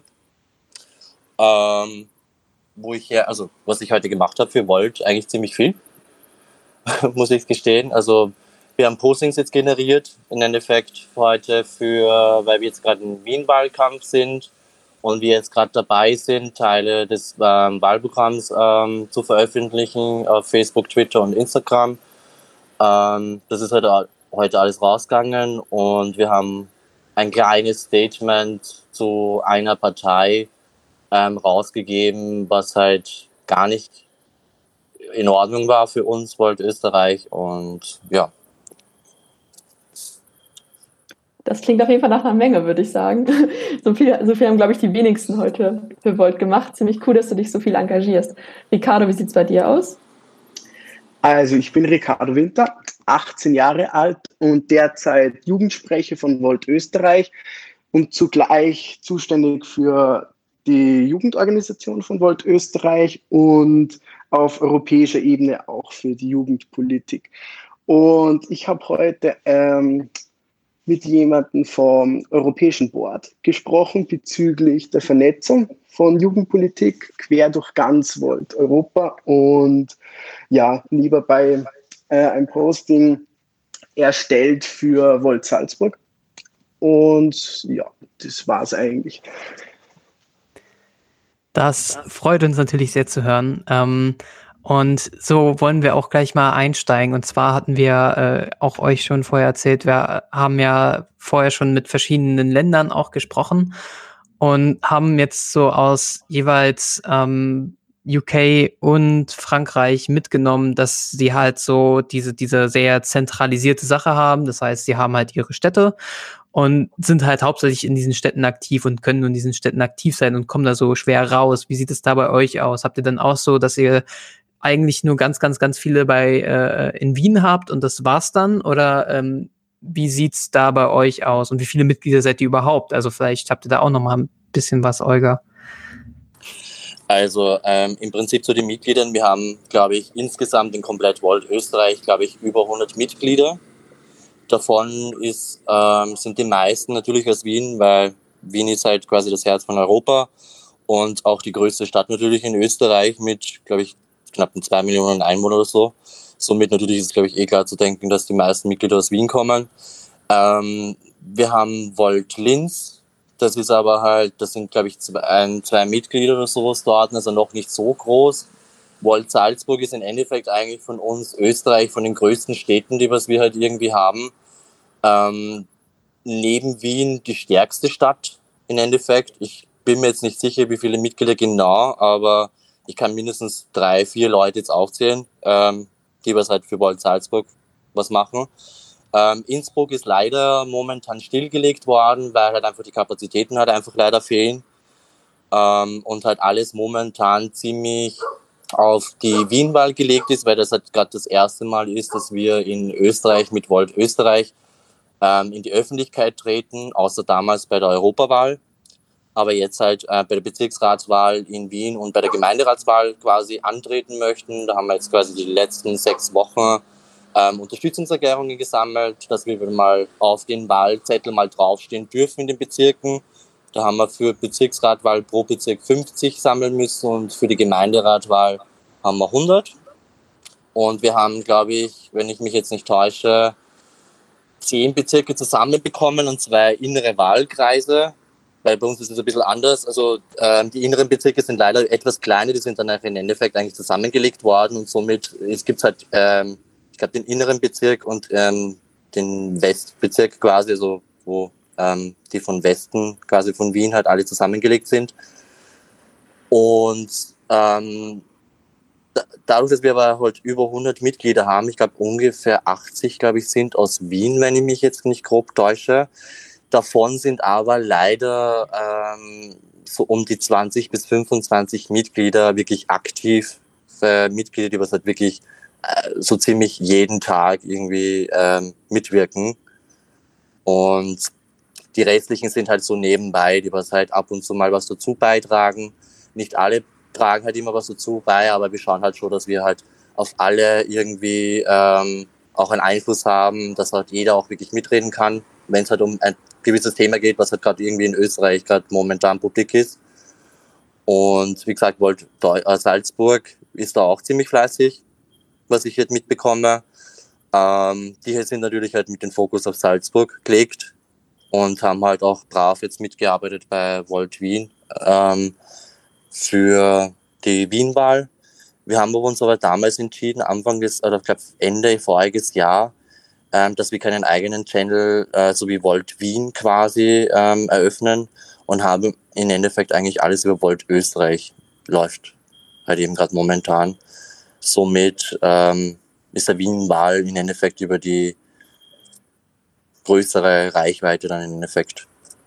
Ähm, wo ich ja, also was ich heute gemacht habe für Volt, eigentlich ziemlich viel, muss ich gestehen. Also wir haben Postings jetzt generiert, im Endeffekt heute für, weil wir jetzt gerade im Wien-Wahlkampf sind und wir jetzt gerade dabei sind, Teile des ähm, Wahlprogramms ähm, zu veröffentlichen auf Facebook, Twitter und Instagram. Ähm, das ist heute, heute alles rausgegangen und wir haben ein kleines Statement zu einer Partei ähm, rausgegeben, was halt gar nicht in Ordnung war für uns, Volt Österreich, und ja. Das klingt auf jeden Fall nach einer Menge, würde ich sagen. So viel, so viel haben, glaube ich, die wenigsten heute für Volt gemacht. Ziemlich cool, dass du dich so viel engagierst. Ricardo, wie sieht es bei dir aus? Also ich bin Ricardo Winter, achtzehn Jahre alt und derzeit Jugendsprecher von Volt Österreich und zugleich zuständig für die Jugendorganisation von Volt Österreich und auf europäischer Ebene auch für die Jugendpolitik. Und ich habe heute ähm, mit jemandem vom Europäischen Board gesprochen bezüglich der Vernetzung von Jugendpolitik quer durch ganz Volt Europa und ja, lieber bei äh, einem Posting erstellt für Volt Salzburg. Und ja, das war es eigentlich. Das freut uns natürlich sehr zu hören. Ähm, und so wollen wir auch gleich mal einsteigen. Und zwar hatten wir äh, auch euch schon vorher erzählt, wir haben ja vorher schon mit verschiedenen Ländern auch gesprochen und haben jetzt so aus jeweils ähm, U K und Frankreich mitgenommen, dass sie halt so diese, diese sehr zentralisierte Sache haben. Das heißt, sie haben halt ihre Städte und sind halt hauptsächlich in diesen Städten aktiv und können nur in diesen Städten aktiv sein und kommen da so schwer raus. Wie sieht es da bei euch aus? Habt ihr dann auch so, dass ihr eigentlich nur ganz, ganz, ganz viele bei äh, in Wien habt und das war's dann? Oder ähm, wie sieht's da bei euch aus? Und wie viele Mitglieder seid ihr überhaupt? Also vielleicht habt ihr da auch noch mal ein bisschen was, Olga. Also ähm, im Prinzip zu den Mitgliedern, wir haben, glaube ich, insgesamt in komplett Volt Österreich, glaube ich, über hundert Mitglieder. Davon ist, ähm, sind die meisten natürlich aus Wien, weil Wien ist halt quasi das Herz von Europa und auch die größte Stadt natürlich in Österreich mit, glaube ich, knapp zwei Millionen Einwohnern oder so. Somit natürlich ist es, glaube ich, eh klar zu denken, dass die meisten Mitglieder aus Wien kommen. Ähm, wir haben Volt Linz, das ist aber halt, das sind, glaube ich, zwei, ein, zwei Mitglieder oder sowas dort, also noch nicht so groß. Volt Salzburg ist im Endeffekt eigentlich von uns Österreich, von den größten Städten, die was wir halt irgendwie haben, ähm, neben Wien die stärkste Stadt im Endeffekt. Ich bin mir jetzt nicht sicher, wie viele Mitglieder genau, aber ich kann mindestens drei, vier Leute jetzt aufzählen, ähm, die was halt für Volt Salzburg was machen. Ähm, Innsbruck ist leider momentan stillgelegt worden, weil halt einfach die Kapazitäten halt einfach leider fehlen. Ähm, und halt alles momentan ziemlich auf die Wien-Wahl gelegt ist, weil das halt gerade das erste Mal ist, dass wir in Österreich mit Volt Österreich ähm, in die Öffentlichkeit treten, außer damals bei der Europawahl. Aber jetzt halt äh, bei der Bezirksratswahl in Wien und bei der Gemeinderatswahl quasi antreten möchten. Da haben wir jetzt quasi die letzten sechs Wochen ähm, Unterstützungserklärungen gesammelt, dass wir mal auf den Wahlzettel mal draufstehen dürfen in den Bezirken. Da haben wir für Bezirksratwahl pro Bezirk fünfzig sammeln müssen und für die Gemeinderatwahl haben wir hundert. Und wir haben, glaube ich, wenn ich mich jetzt nicht täusche, zehn Bezirke zusammenbekommen und zwei innere Wahlkreise. Weil bei uns ist es ein bisschen anders. Also ähm, die inneren Bezirke sind leider etwas kleiner, die sind dann im Endeffekt eigentlich zusammengelegt worden und somit es gibt halt, ähm, ich glaube, den inneren Bezirk und ähm, den Westbezirk quasi, also wo ähm, die von Westen quasi von Wien halt alle zusammengelegt sind. Und ähm, da, dadurch, dass wir aber halt über hundert Mitglieder haben, ich glaube ungefähr achtzig, glaube ich, sind aus Wien, wenn ich mich jetzt nicht grob täusche. Davon sind aber leider ähm, so um die zwanzig bis fünfundzwanzig Mitglieder wirklich aktiv, äh, Mitglieder, die was halt wirklich äh, so ziemlich jeden Tag irgendwie ähm, mitwirken. Und die restlichen sind halt so nebenbei, die was halt ab und zu mal was dazu beitragen. Nicht alle tragen halt immer was dazu bei, aber wir schauen halt schon, dass wir halt auf alle irgendwie ähm, auch einen Einfluss haben, dass halt jeder auch wirklich mitreden kann, wenn es halt um ein gewisses Thema geht, was halt gerade irgendwie in Österreich gerade momentan publik ist. Und wie gesagt, Volt Salzburg ist da auch ziemlich fleißig, was ich jetzt mitbekomme. Ähm, die sind natürlich halt mit dem Fokus auf Salzburg gelegt und haben halt auch brav jetzt mitgearbeitet bei Volt Wien ähm, für die Wien-Wahl. Wir haben uns aber damals entschieden, Anfang des, oder ich glaube Ende voriges Jahr, ähm, dass wir keinen eigenen Channel, äh, so wie Volt Wien quasi, ähm, eröffnen und haben im Endeffekt eigentlich alles über Volt Österreich läuft halt eben gerade momentan. Somit ähm, ist der Wien-Wahl im Endeffekt über die größere Reichweite dann im Endeffekt.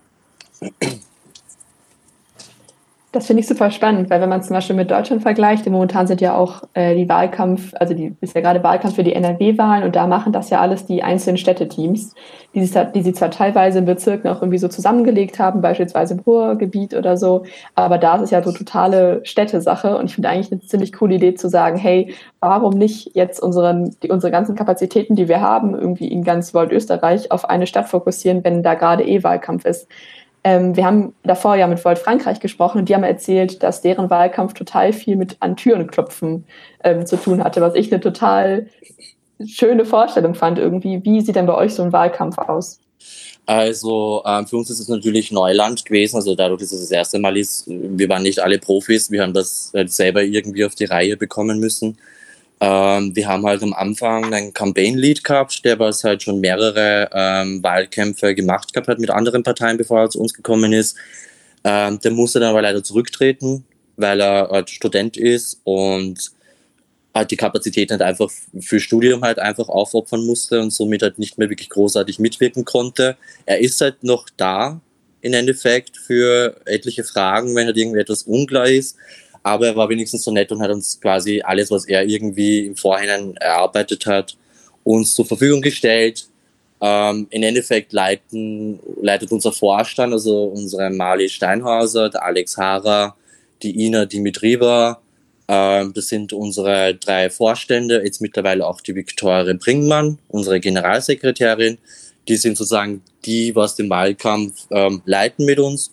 Das finde ich super spannend, weil wenn man zum Beispiel mit Deutschland vergleicht, momentan sind ja auch äh, die Wahlkampf, also die ist ja gerade Wahlkampf für die N R W-Wahlen und da machen das ja alles die einzelnen Städteteams, die, sie, die sie zwar teilweise in Bezirken auch irgendwie so zusammengelegt haben, beispielsweise im Ruhrgebiet oder so, aber da ist es ja so totale Städtesache und ich finde eigentlich eine ziemlich coole Idee zu sagen, hey, warum nicht jetzt unseren, die, unsere ganzen Kapazitäten, die wir haben, irgendwie in ganz Volt Österreich auf eine Stadt fokussieren, wenn da gerade eh Wahlkampf ist. Ähm, wir haben davor ja mit Volt Frankreich gesprochen und die haben erzählt, dass deren Wahlkampf total viel mit an Türen klopfen ähm, zu tun hatte, was ich eine total schöne Vorstellung fand irgendwie. Wie sieht denn bei euch so ein Wahlkampf aus? Also ähm, für uns ist es natürlich Neuland gewesen, also dadurch, dass es das erste Mal ist, wir waren nicht alle Profis, wir haben das halt selber irgendwie auf die Reihe bekommen müssen. Ähm, wir haben halt am Anfang einen Campaign-Lead gehabt, der was halt schon mehrere ähm, Wahlkämpfe gemacht gehabt hat mit anderen Parteien, bevor er zu uns gekommen ist. Ähm, der musste dann aber leider zurücktreten, weil er halt Student ist und halt die Kapazität halt einfach für Studium halt einfach aufopfern musste und somit halt nicht mehr wirklich großartig mitwirken konnte. Er ist halt noch da, im Endeffekt, für etliche Fragen, wenn halt irgendwie etwas unklar ist. Aber er war wenigstens so nett und hat uns quasi alles, was er irgendwie im Vorhinein erarbeitet hat, uns zur Verfügung gestellt. Ähm, Im Endeffekt leiten, leitet unser Vorstand, also unsere Mali Steinhauser, der Alex Hara, die Ina Dimitrieva, ähm, das sind unsere drei Vorstände, jetzt mittlerweile auch die Viktoria Bringmann, unsere Generalsekretärin. Die sind sozusagen die, was den Wahlkampf ähm, leiten mit uns.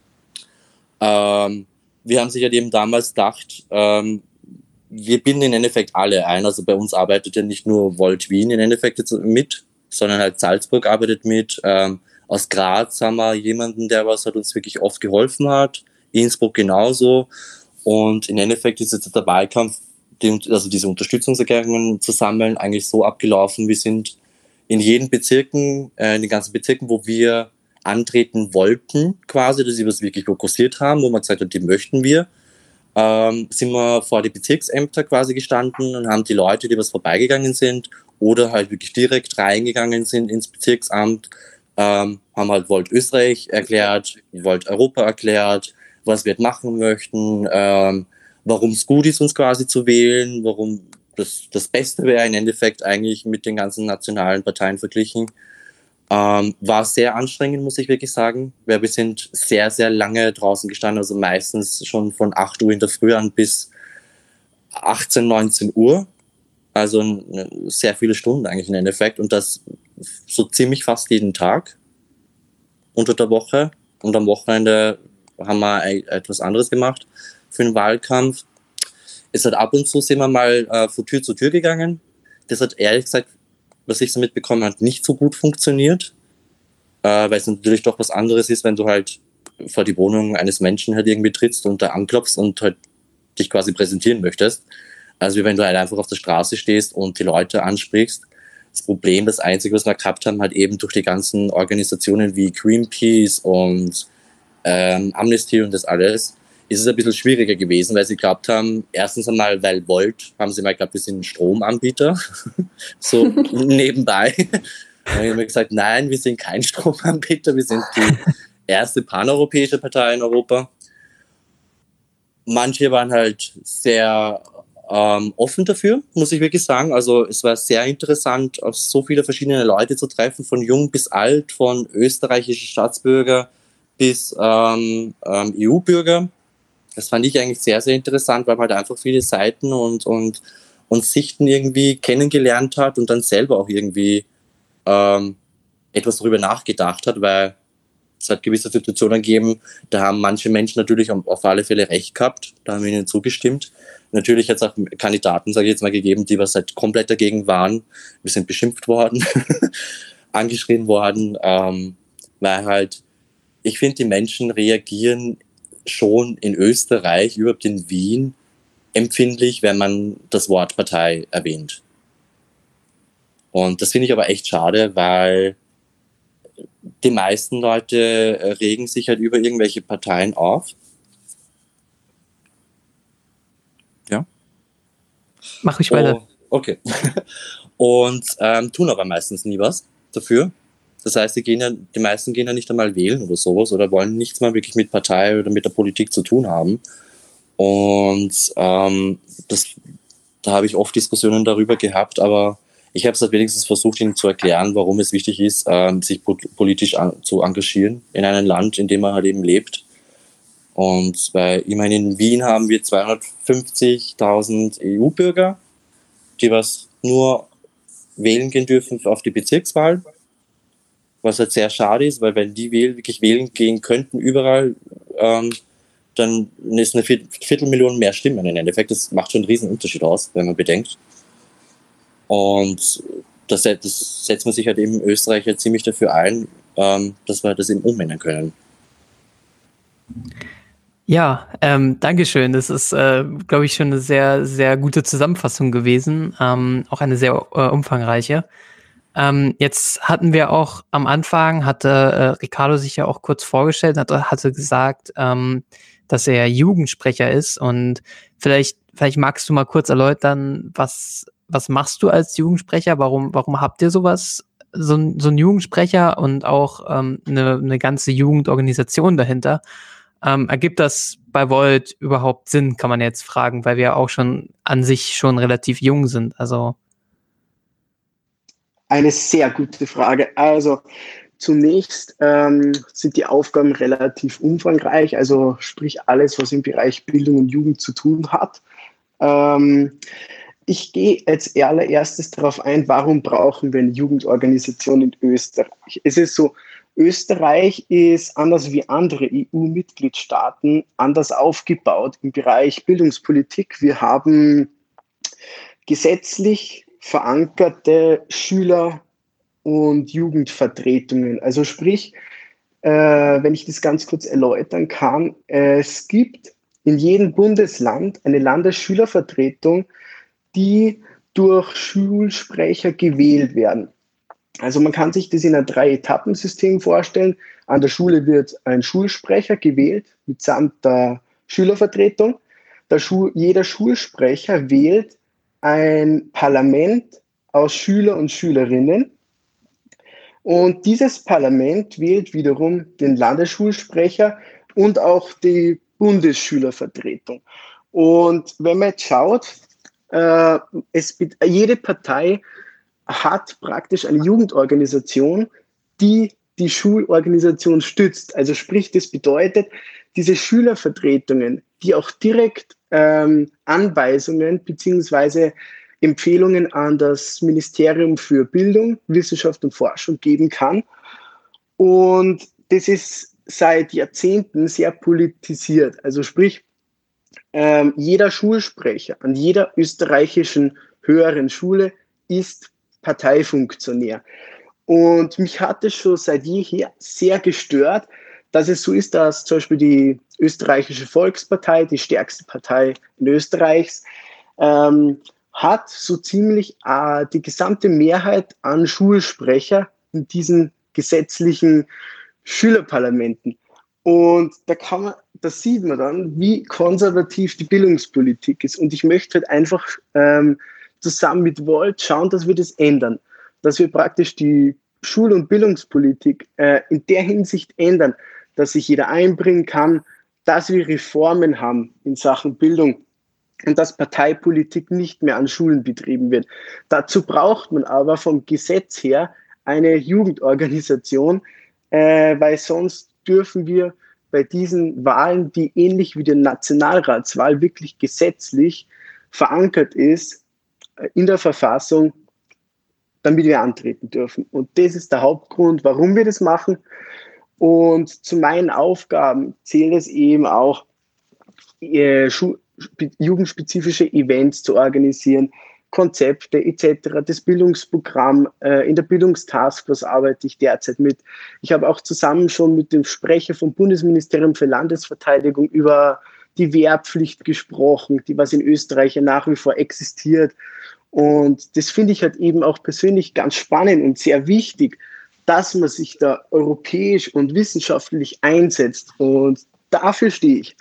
Ähm, Wir haben sich halt eben damals gedacht, ähm, wir binden im Endeffekt alle ein. Also bei uns arbeitet ja nicht nur Volt Wien im Endeffekt jetzt mit, sondern halt Salzburg arbeitet mit. Ähm, aus Graz haben wir jemanden, der was halt uns wirklich oft geholfen hat. Innsbruck genauso. Und im Endeffekt ist jetzt der Wahlkampf, die, also diese Unterstützungserklärungen zu sammeln, eigentlich so abgelaufen. Wir sind in jeden Bezirken, äh, in den ganzen Bezirken, wo wir antreten wollten, quasi, dass sie was wirklich fokussiert haben, wo man gesagt hat, die möchten wir, ähm, sind wir vor die Bezirksämter quasi gestanden und haben die Leute, die was vorbeigegangen sind oder halt wirklich direkt reingegangen sind ins Bezirksamt, ähm, haben halt Volt Österreich erklärt, Volt Europa erklärt, was wir jetzt machen möchten, ähm, warum es gut ist, uns quasi zu wählen, warum das, das Beste wäre im Endeffekt eigentlich mit den ganzen nationalen Parteien verglichen. Ähm, war sehr anstrengend, muss ich wirklich sagen, weil wir sind sehr, sehr lange draußen gestanden, also meistens schon von acht Uhr in der Früh an bis achtzehn, neunzehn Uhr, also sehr viele Stunden eigentlich im Endeffekt und das so ziemlich fast jeden Tag unter der Woche und am Wochenende haben wir etwas anderes gemacht für den Wahlkampf. Es hat ab und zu sind wir mal äh, von Tür zu Tür gegangen, das hat ehrlich gesagt, was ich so mitbekommen habe, nicht so gut funktioniert, äh, weil es natürlich doch was anderes ist, wenn du halt vor die Wohnung eines Menschen halt irgendwie trittst und da anklopfst und halt dich quasi präsentieren möchtest. Also wie wenn du halt einfach auf der Straße stehst und die Leute ansprichst. Das Problem, das Einzige, was wir gehabt haben, halt eben durch die ganzen Organisationen wie Greenpeace und ähm, Amnesty und das alles, ist es ein bisschen schwieriger gewesen, weil sie geglaubt haben, erstens einmal, weil Volt, haben sie mal geglaubt, wir sind ein Stromanbieter, so nebenbei. Dann haben wir gesagt, nein, wir sind kein Stromanbieter, wir sind die erste paneuropäische Partei in Europa. Manche waren halt sehr ähm, offen dafür, muss ich wirklich sagen. Also es war sehr interessant, auf so viele verschiedene Leute zu treffen, von jung bis alt, von österreichischen Staatsbürger bis ähm, ähm, E U-Bürger. Das fand ich eigentlich sehr, sehr interessant, weil man halt einfach viele Seiten und, und, und Sichten irgendwie kennengelernt hat und dann selber auch irgendwie ähm, etwas darüber nachgedacht hat, weil es hat gewisse Situationen gegeben, da haben manche Menschen natürlich auf alle Fälle recht gehabt, da haben wir ihnen zugestimmt. Natürlich hat es auch Kandidaten, sage ich jetzt mal, gegeben, die was halt komplett dagegen waren. Wir sind beschimpft worden, angeschrien worden, ähm, weil halt, ich finde, die Menschen reagieren schon in Österreich, überhaupt in Wien, empfindlich, wenn man das Wort Partei erwähnt. Und das finde ich aber echt schade, weil die meisten Leute regen sich halt über irgendwelche Parteien auf. Ja. Mach ich weiter. Oh, okay. Und ähm, tun aber meistens nie was dafür. Das heißt, die, gehen ja, die meisten gehen ja nicht einmal wählen oder sowas oder wollen nichts mal wirklich mit Partei oder mit der Politik zu tun haben. Und ähm, das, da habe ich oft Diskussionen darüber gehabt, aber ich habe es halt wenigstens versucht, ihnen zu erklären, warum es wichtig ist, ähm, sich politisch an, zu engagieren in einem Land, in dem man halt eben lebt. Und weil, ich meine, in Wien haben wir zweihundertfünfzigtausend E U-Bürger, die was nur wählen gehen dürfen auf die Bezirkswahl, was halt sehr schade ist, weil wenn die wählen, wirklich wählen gehen könnten überall, ähm, dann ist eine Viertelmillion mehr Stimmen im Endeffekt. Das macht schon einen riesen Unterschied aus, wenn man bedenkt. Und das, das setzt man sich halt eben in Österreich halt ziemlich dafür ein, ähm, dass wir das eben umändern können. Ja, ähm, Dankeschön. Das ist, äh, glaube ich, schon eine sehr, sehr gute Zusammenfassung gewesen. Ähm, auch eine sehr äh, umfangreiche. Ähm, jetzt hatten wir auch am Anfang, hatte äh, Ricardo sich ja auch kurz vorgestellt, hatte, hatte gesagt, ähm, dass er Jugendsprecher ist. Und vielleicht, vielleicht magst du mal kurz erläutern, was, was machst du als Jugendsprecher? Warum, warum habt ihr sowas, so, ein- so einen Jugendsprecher und auch ähm, eine, eine ganze Jugendorganisation dahinter? Ähm, ergibt das bei Volt überhaupt Sinn, kann man jetzt fragen, weil wir auch schon an sich schon relativ jung sind. Also, Eine sehr gute Frage. Also zunächst ähm, sind die Aufgaben relativ umfangreich, also sprich alles, was im Bereich Bildung und Jugend zu tun hat. Ähm, ich gehe als allererstes darauf ein, warum brauchen wir eine Jugendorganisation in Österreich? Es ist so, Österreich ist anders wie andere E U-Mitgliedstaaten anders aufgebaut im Bereich Bildungspolitik. Wir haben gesetzlich verankerte Schüler- und Jugendvertretungen. Also sprich, äh, wenn ich das ganz kurz erläutern kann, äh, es gibt in jedem Bundesland eine Landesschülervertretung, die durch Schulsprecher gewählt werden. Also man kann sich das in einem Drei-Etappen-System vorstellen. An der Schule wird ein Schulsprecher gewählt mitsamt der Schülervertretung. Der Schul- jeder Schulsprecher wählt ein Parlament aus Schüler und Schülerinnen. Und dieses Parlament wählt wiederum den Landesschulsprecher und auch die Bundesschülervertretung. Und wenn man jetzt schaut, äh, es, jede Partei hat praktisch eine Jugendorganisation, die die Schulorganisation stützt. Also sprich, das bedeutet, diese Schülervertretungen, die auch direkt ähm, Anweisungen beziehungsweise Empfehlungen an das Ministerium für Bildung, Wissenschaft und Forschung geben kann. Und das ist seit Jahrzehnten sehr politisiert. Also sprich, ähm, jeder Schulsprecher an jeder österreichischen höheren Schule ist Parteifunktionär. Und mich hat es schon seit jeher sehr gestört, dass es so ist, dass zum Beispiel die österreichische Volkspartei, die stärkste Partei in Österreichs, ähm, hat so ziemlich äh, die gesamte Mehrheit an Schulsprecher in diesen gesetzlichen Schülerparlamenten. Und da kann man, da sieht man dann, wie konservativ die Bildungspolitik ist. Und ich möchte halt einfach ähm, zusammen mit Volt schauen, dass wir das ändern. Dass wir praktisch die Schul- und Bildungspolitik äh, in der Hinsicht ändern, dass sich jeder einbringen kann, dass wir Reformen haben in Sachen Bildung und dass Parteipolitik nicht mehr an Schulen betrieben wird. Dazu braucht man aber vom Gesetz her eine Jugendorganisation, äh, weil sonst dürfen wir bei diesen Wahlen, die ähnlich wie die Nationalratswahl wirklich gesetzlich verankert ist, äh, in der Verfassung, damit wir antreten dürfen. Und das ist der Hauptgrund, warum wir das machen. Und zu meinen Aufgaben zählt es eben auch, äh, Schu- jugendspezifische Events zu organisieren, Konzepte et cetera. Das Bildungsprogramm, äh, in der Bildungstaskforce arbeite ich derzeit mit. Ich habe auch zusammen schon mit dem Sprecher vom Bundesministerium für Landesverteidigung über die Wehrpflicht gesprochen, die was in Österreich ja nach wie vor existiert. Und das finde ich halt eben auch persönlich ganz spannend und sehr wichtig, dass man sich da europäisch und wissenschaftlich einsetzt. Und dafür stehe ich.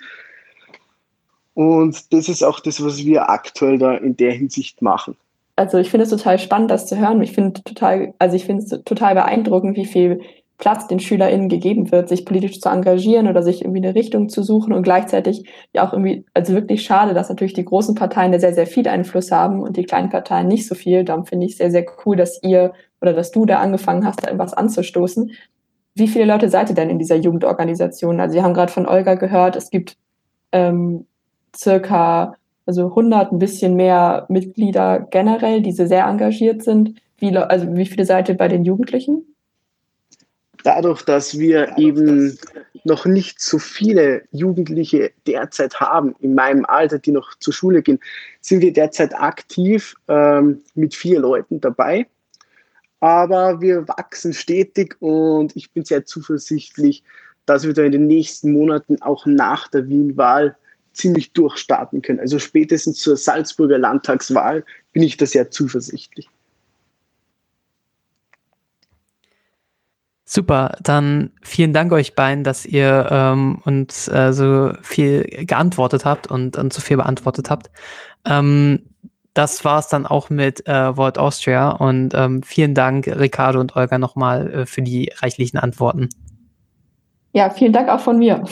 Und das ist auch das, was wir aktuell da in der Hinsicht machen. Also ich finde es total spannend, das zu hören. Ich finde total, also ich finde es total beeindruckend, wie viel Platz den SchülerInnen gegeben wird, sich politisch zu engagieren oder sich irgendwie eine Richtung zu suchen und gleichzeitig ja auch irgendwie, also wirklich schade, dass natürlich die großen Parteien da sehr, sehr viel Einfluss haben und die kleinen Parteien nicht so viel. Darum finde ich es sehr, sehr cool, dass ihr oder dass du da angefangen hast, da irgendwas anzustoßen. Wie viele Leute seid ihr denn in dieser Jugendorganisation? Also wir haben gerade von Olga gehört, es gibt ähm, circa also hundert, ein bisschen mehr Mitglieder generell, die sehr engagiert sind. Wie, also wie viele seid ihr bei den Jugendlichen? Dadurch, dass wir eben noch nicht so viele Jugendliche derzeit haben, in meinem Alter, die noch zur Schule gehen, sind wir derzeit aktiv ähm, mit vier Leuten dabei. Aber wir wachsen stetig und ich bin sehr zuversichtlich, dass wir da in den nächsten Monaten auch nach der Wien-Wahl ziemlich durchstarten können. Also spätestens zur Salzburger Landtagswahl bin ich da sehr zuversichtlich. Super, dann vielen Dank euch beiden, dass ihr ähm, uns äh, so viel geantwortet habt und, und so viel beantwortet habt. Ähm, das war es dann auch mit äh, Volt Austria und ähm, vielen Dank, Ricardo und Olga, nochmal äh, für die reichlichen Antworten. Ja, vielen Dank auch von mir.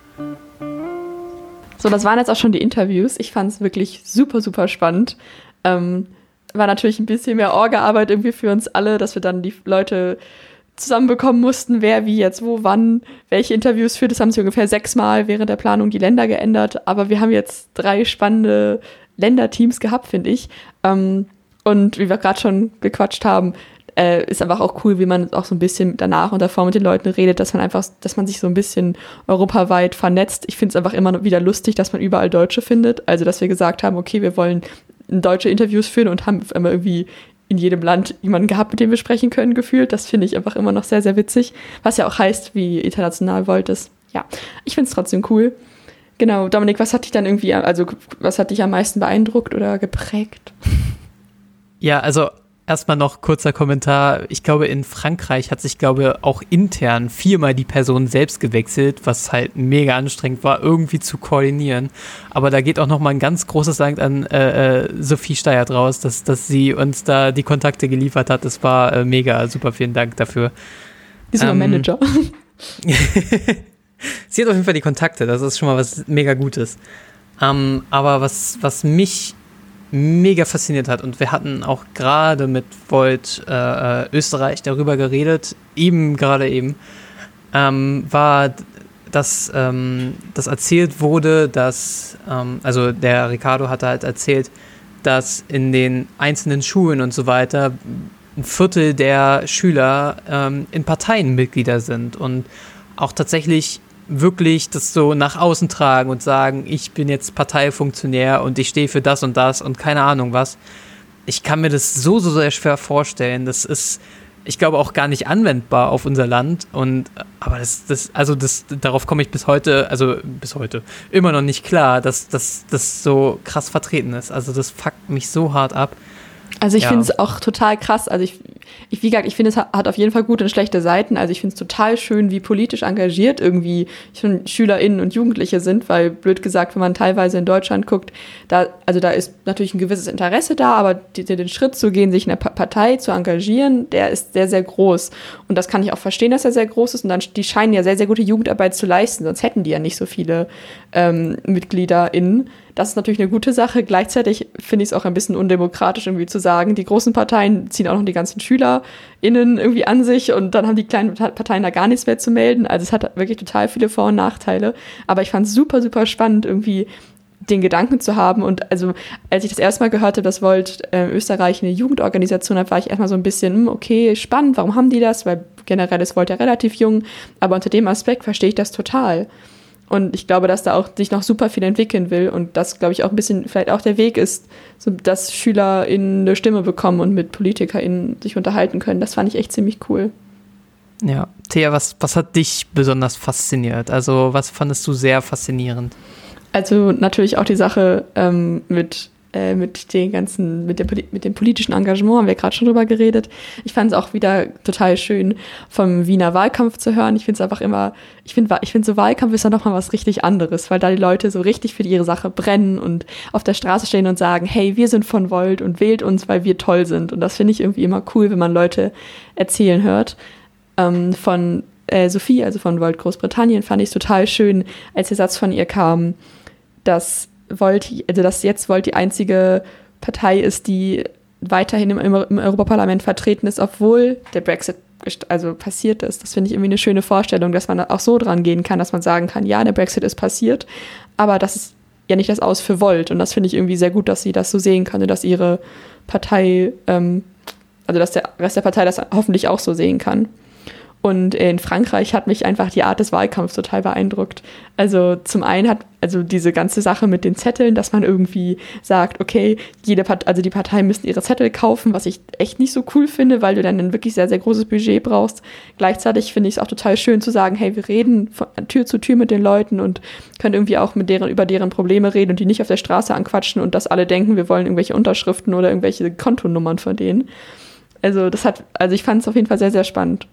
So, das waren jetzt auch schon die Interviews. Ich fand es wirklich super, super spannend. Ähm, war natürlich ein bisschen mehr Orga-Arbeit irgendwie für uns alle, dass wir dann die Leute zusammenbekommen mussten, wer wie jetzt wo wann welche Interviews führt. Das haben sie ungefähr sechsmal während der Planung die Länder geändert. Aber wir haben jetzt drei spannende Länderteams gehabt, finde ich. Ähm, und wie wir gerade schon gequatscht haben, äh, ist einfach auch cool, wie man auch so ein bisschen danach und davor mit den Leuten redet, dass man einfach, dass man sich so ein bisschen europaweit vernetzt. Ich finde es einfach immer wieder lustig, dass man überall Deutsche findet. Also, dass wir gesagt haben, okay, wir wollen deutsche Interviews führen und haben immer irgendwie in jedem Land jemanden gehabt, mit dem wir sprechen können, gefühlt. Das finde ich einfach immer noch sehr, sehr witzig. Was ja auch heißt, wie international Volt ist. Ja, ich finde es trotzdem cool. Genau, Dominik, was hat dich dann irgendwie, also was hat dich am meisten beeindruckt oder geprägt? Ja, also erstmal noch kurzer Kommentar. Ich glaube, in Frankreich hat sich, glaube ich, auch intern viermal die Person selbst gewechselt, was halt mega anstrengend war, irgendwie zu koordinieren. Aber da geht auch nochmal ein ganz großes Dank an äh, Sophie Steyert raus, dass, dass sie uns da die Kontakte geliefert hat. Das war äh, mega, super, vielen Dank dafür. Die ist ähm, Manager. Sie hat auf jeden Fall die Kontakte, das ist schon mal was mega Gutes. Ähm, aber was, was mich mega fasziniert hat, und wir hatten auch gerade mit Volt äh, Österreich darüber geredet, eben gerade eben, ähm, war, dass ähm, das erzählt wurde, dass, ähm, also der Ricardo hatte halt erzählt, dass in den einzelnen Schulen und so weiter ein Viertel der Schüler ähm, in Parteien Mitglieder sind und auch tatsächlich wirklich das so nach außen tragen und sagen, ich bin jetzt Parteifunktionär und ich stehe für das und das und keine Ahnung was. Ich kann mir das so, so sehr schwer vorstellen. Das ist, ich glaube, auch gar nicht anwendbar auf unser Land. Und aber das, das, also das, darauf komme ich bis heute, also bis heute, immer noch nicht klar, dass das so krass vertreten ist. Also das fuckt mich so hart ab. Also ich Ja. finde es auch total krass. Also ich, ich wie gesagt, ich finde, es hat hat auf jeden Fall gute und schlechte Seiten. Also ich finde es total schön, wie politisch engagiert irgendwie schon SchülerInnen und Jugendliche sind, weil blöd gesagt, wenn man teilweise in Deutschland guckt, da, also da ist natürlich ein gewisses Interesse da, aber die, den Schritt zu gehen, sich in der Pa- Partei zu engagieren, der ist sehr, sehr groß. Und das kann ich auch verstehen, dass er sehr groß ist. Und dann, die scheinen ja sehr, sehr gute Jugendarbeit zu leisten, sonst hätten die ja nicht so viele ähm, MitgliederInnen. Das ist natürlich eine gute Sache. Gleichzeitig finde ich es auch ein bisschen undemokratisch, irgendwie zu sagen, die großen Parteien ziehen auch noch die ganzen SchülerInnen irgendwie an sich und dann haben die kleinen Parteien da gar nichts mehr zu melden. Also es hat wirklich total viele Vor- und Nachteile. Aber ich fand es super, super spannend, irgendwie den Gedanken zu haben. Und also als ich das erste Mal gehört habe, dass Volt äh, Österreich eine Jugendorganisation hat, war ich erstmal so ein bisschen, okay, spannend, warum haben die das? Weil generell ist Volt ja relativ jung, aber unter dem Aspekt verstehe ich das total. Und ich glaube, dass da auch sich noch super viel entwickeln will und das, glaube ich, auch ein bisschen vielleicht auch der Weg ist, so, dass SchülerInnen eine Stimme bekommen und mit PolitikerInnen sich unterhalten können. Das fand ich echt ziemlich cool. Ja, Thea, was, was hat dich besonders fasziniert? Also was fandest du sehr faszinierend? Also natürlich auch die Sache ähm, mit, äh, mit den ganzen, mit, der, mit dem politischen Engagement, haben wir gerade schon drüber geredet. Ich fand es auch wieder total schön, vom Wiener Wahlkampf zu hören. Ich finde es einfach immer, ich finde ich finde so Wahlkampf ist ja nochmal was richtig anderes, weil da die Leute so richtig für ihre Sache brennen und auf der Straße stehen und sagen, hey, wir sind von Volt und wählt uns, weil wir toll sind. Und das finde ich irgendwie immer cool, wenn man Leute erzählen hört. Ähm, von äh, Sophie, also von Volt Großbritannien, fand ich es total schön, als der Satz von ihr kam, dass Volt, also dass jetzt Volt die einzige Partei ist, die weiterhin im, im Europaparlament vertreten ist, obwohl der Brexit also passiert ist. Das finde ich irgendwie eine schöne Vorstellung, dass man auch so dran gehen kann, dass man sagen kann, ja, der Brexit ist passiert, aber das ist ja nicht das Aus für Volt. Und das finde ich irgendwie sehr gut, dass sie das so sehen kann und dass ihre Partei, ähm, also dass der Rest der Partei das hoffentlich auch so sehen kann. Und in Frankreich hat mich einfach die Art des Wahlkampfs total beeindruckt. Also zum einen hat also diese ganze Sache mit den Zetteln, dass man irgendwie sagt, okay, jede Part- also die Parteien müssen ihre Zettel kaufen, was ich echt nicht so cool finde, weil du dann ein wirklich sehr, sehr großes Budget brauchst. Gleichzeitig finde ich es auch total schön zu sagen, hey, wir reden von Tür zu Tür mit den Leuten und können irgendwie auch mit deren, über deren Probleme reden und die nicht auf der Straße anquatschen und dass alle denken, wir wollen irgendwelche Unterschriften oder irgendwelche Kontonummern von denen. Also das hat, also ich fand es auf jeden Fall sehr, sehr spannend.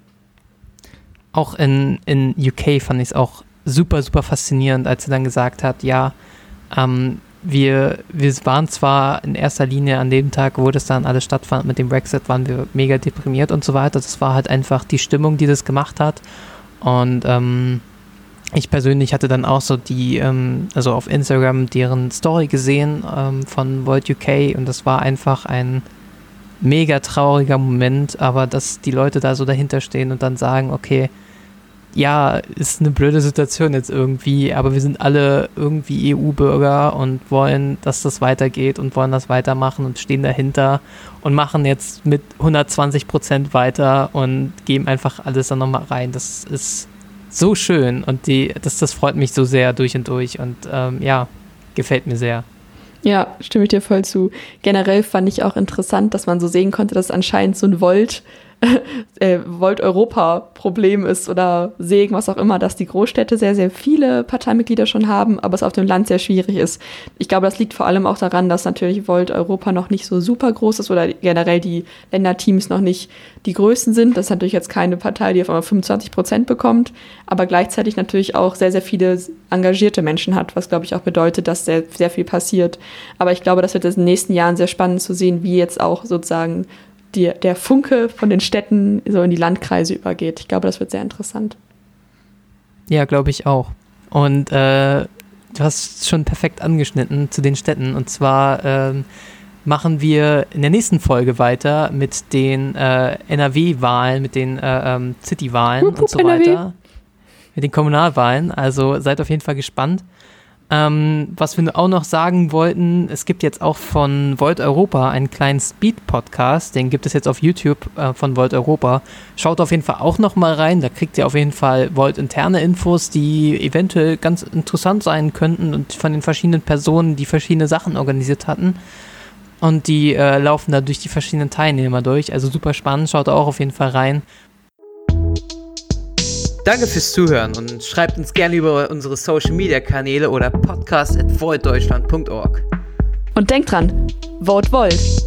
Auch in, in U K fand ich es auch super, super faszinierend, als sie dann gesagt hat, ja, ähm, wir, wir waren zwar in erster Linie an dem Tag, wo das dann alles stattfand mit dem Brexit, waren wir mega deprimiert und so weiter. Das war halt einfach die Stimmung, die das gemacht hat. Und ähm, ich persönlich hatte dann auch so die, ähm, also auf Instagram deren Story gesehen ähm, von Volt U K und das war einfach ein mega trauriger Moment, aber dass die Leute da so dahinter stehen und dann sagen, okay, ja, ist eine blöde Situation jetzt irgendwie, aber wir sind alle irgendwie E U-Bürger und wollen, dass das weitergeht und wollen das weitermachen und stehen dahinter und machen jetzt mit hundertzwanzig Prozent weiter und geben einfach alles dann nochmal rein. Das ist so schön und die, das, das freut mich so sehr durch und durch und ähm, ja, gefällt mir sehr. Ja, stimme ich dir voll zu. Generell fand ich auch interessant, dass man so sehen konnte, dass anscheinend so ein Volt, äh, Volt-Europa-Problem ist oder Segen, was auch immer, dass die Großstädte sehr, sehr viele Parteimitglieder schon haben, aber es auf dem Land sehr schwierig ist. Ich glaube, das liegt vor allem auch daran, dass natürlich Volt-Europa noch nicht so super groß ist oder generell die Länderteams noch nicht die größten sind. Das ist natürlich jetzt keine Partei, die auf einmal fünfundzwanzig Prozent bekommt, aber gleichzeitig natürlich auch sehr, sehr viele engagierte Menschen hat, was, glaube ich, auch bedeutet, dass sehr, sehr viel passiert. Aber ich glaube, das wird in den nächsten Jahren sehr spannend zu sehen, wie jetzt auch sozusagen die, der Funke von den Städten so in die Landkreise übergeht. Ich glaube, das wird sehr interessant. Ja, glaube ich auch. Und äh, du hast schon perfekt angeschnitten zu den Städten. Und zwar ähm, machen wir in der nächsten Folge weiter mit den äh, N R W-Wahlen, mit den äh, ähm, City-Wahlen und so weiter. N R W. Mit den Kommunalwahlen. Also seid auf jeden Fall gespannt. Ähm, was wir auch noch sagen wollten, es gibt jetzt auch von Volt Europa einen kleinen Speed-Podcast, den gibt es jetzt auf YouTube äh, von Volt Europa. Schaut auf jeden Fall auch noch mal rein, da kriegt ihr auf jeden Fall Volt-interne Infos, die eventuell ganz interessant sein könnten und von den verschiedenen Personen, die verschiedene Sachen organisiert hatten. Und die äh, laufen da durch die verschiedenen Teilnehmer durch, also super spannend, schaut auch auf jeden Fall rein. Danke fürs Zuhören und schreibt uns gerne über unsere Social-Media-Kanäle oder podcast at volt deutschland punkt org. Und denkt dran, Vote Volt!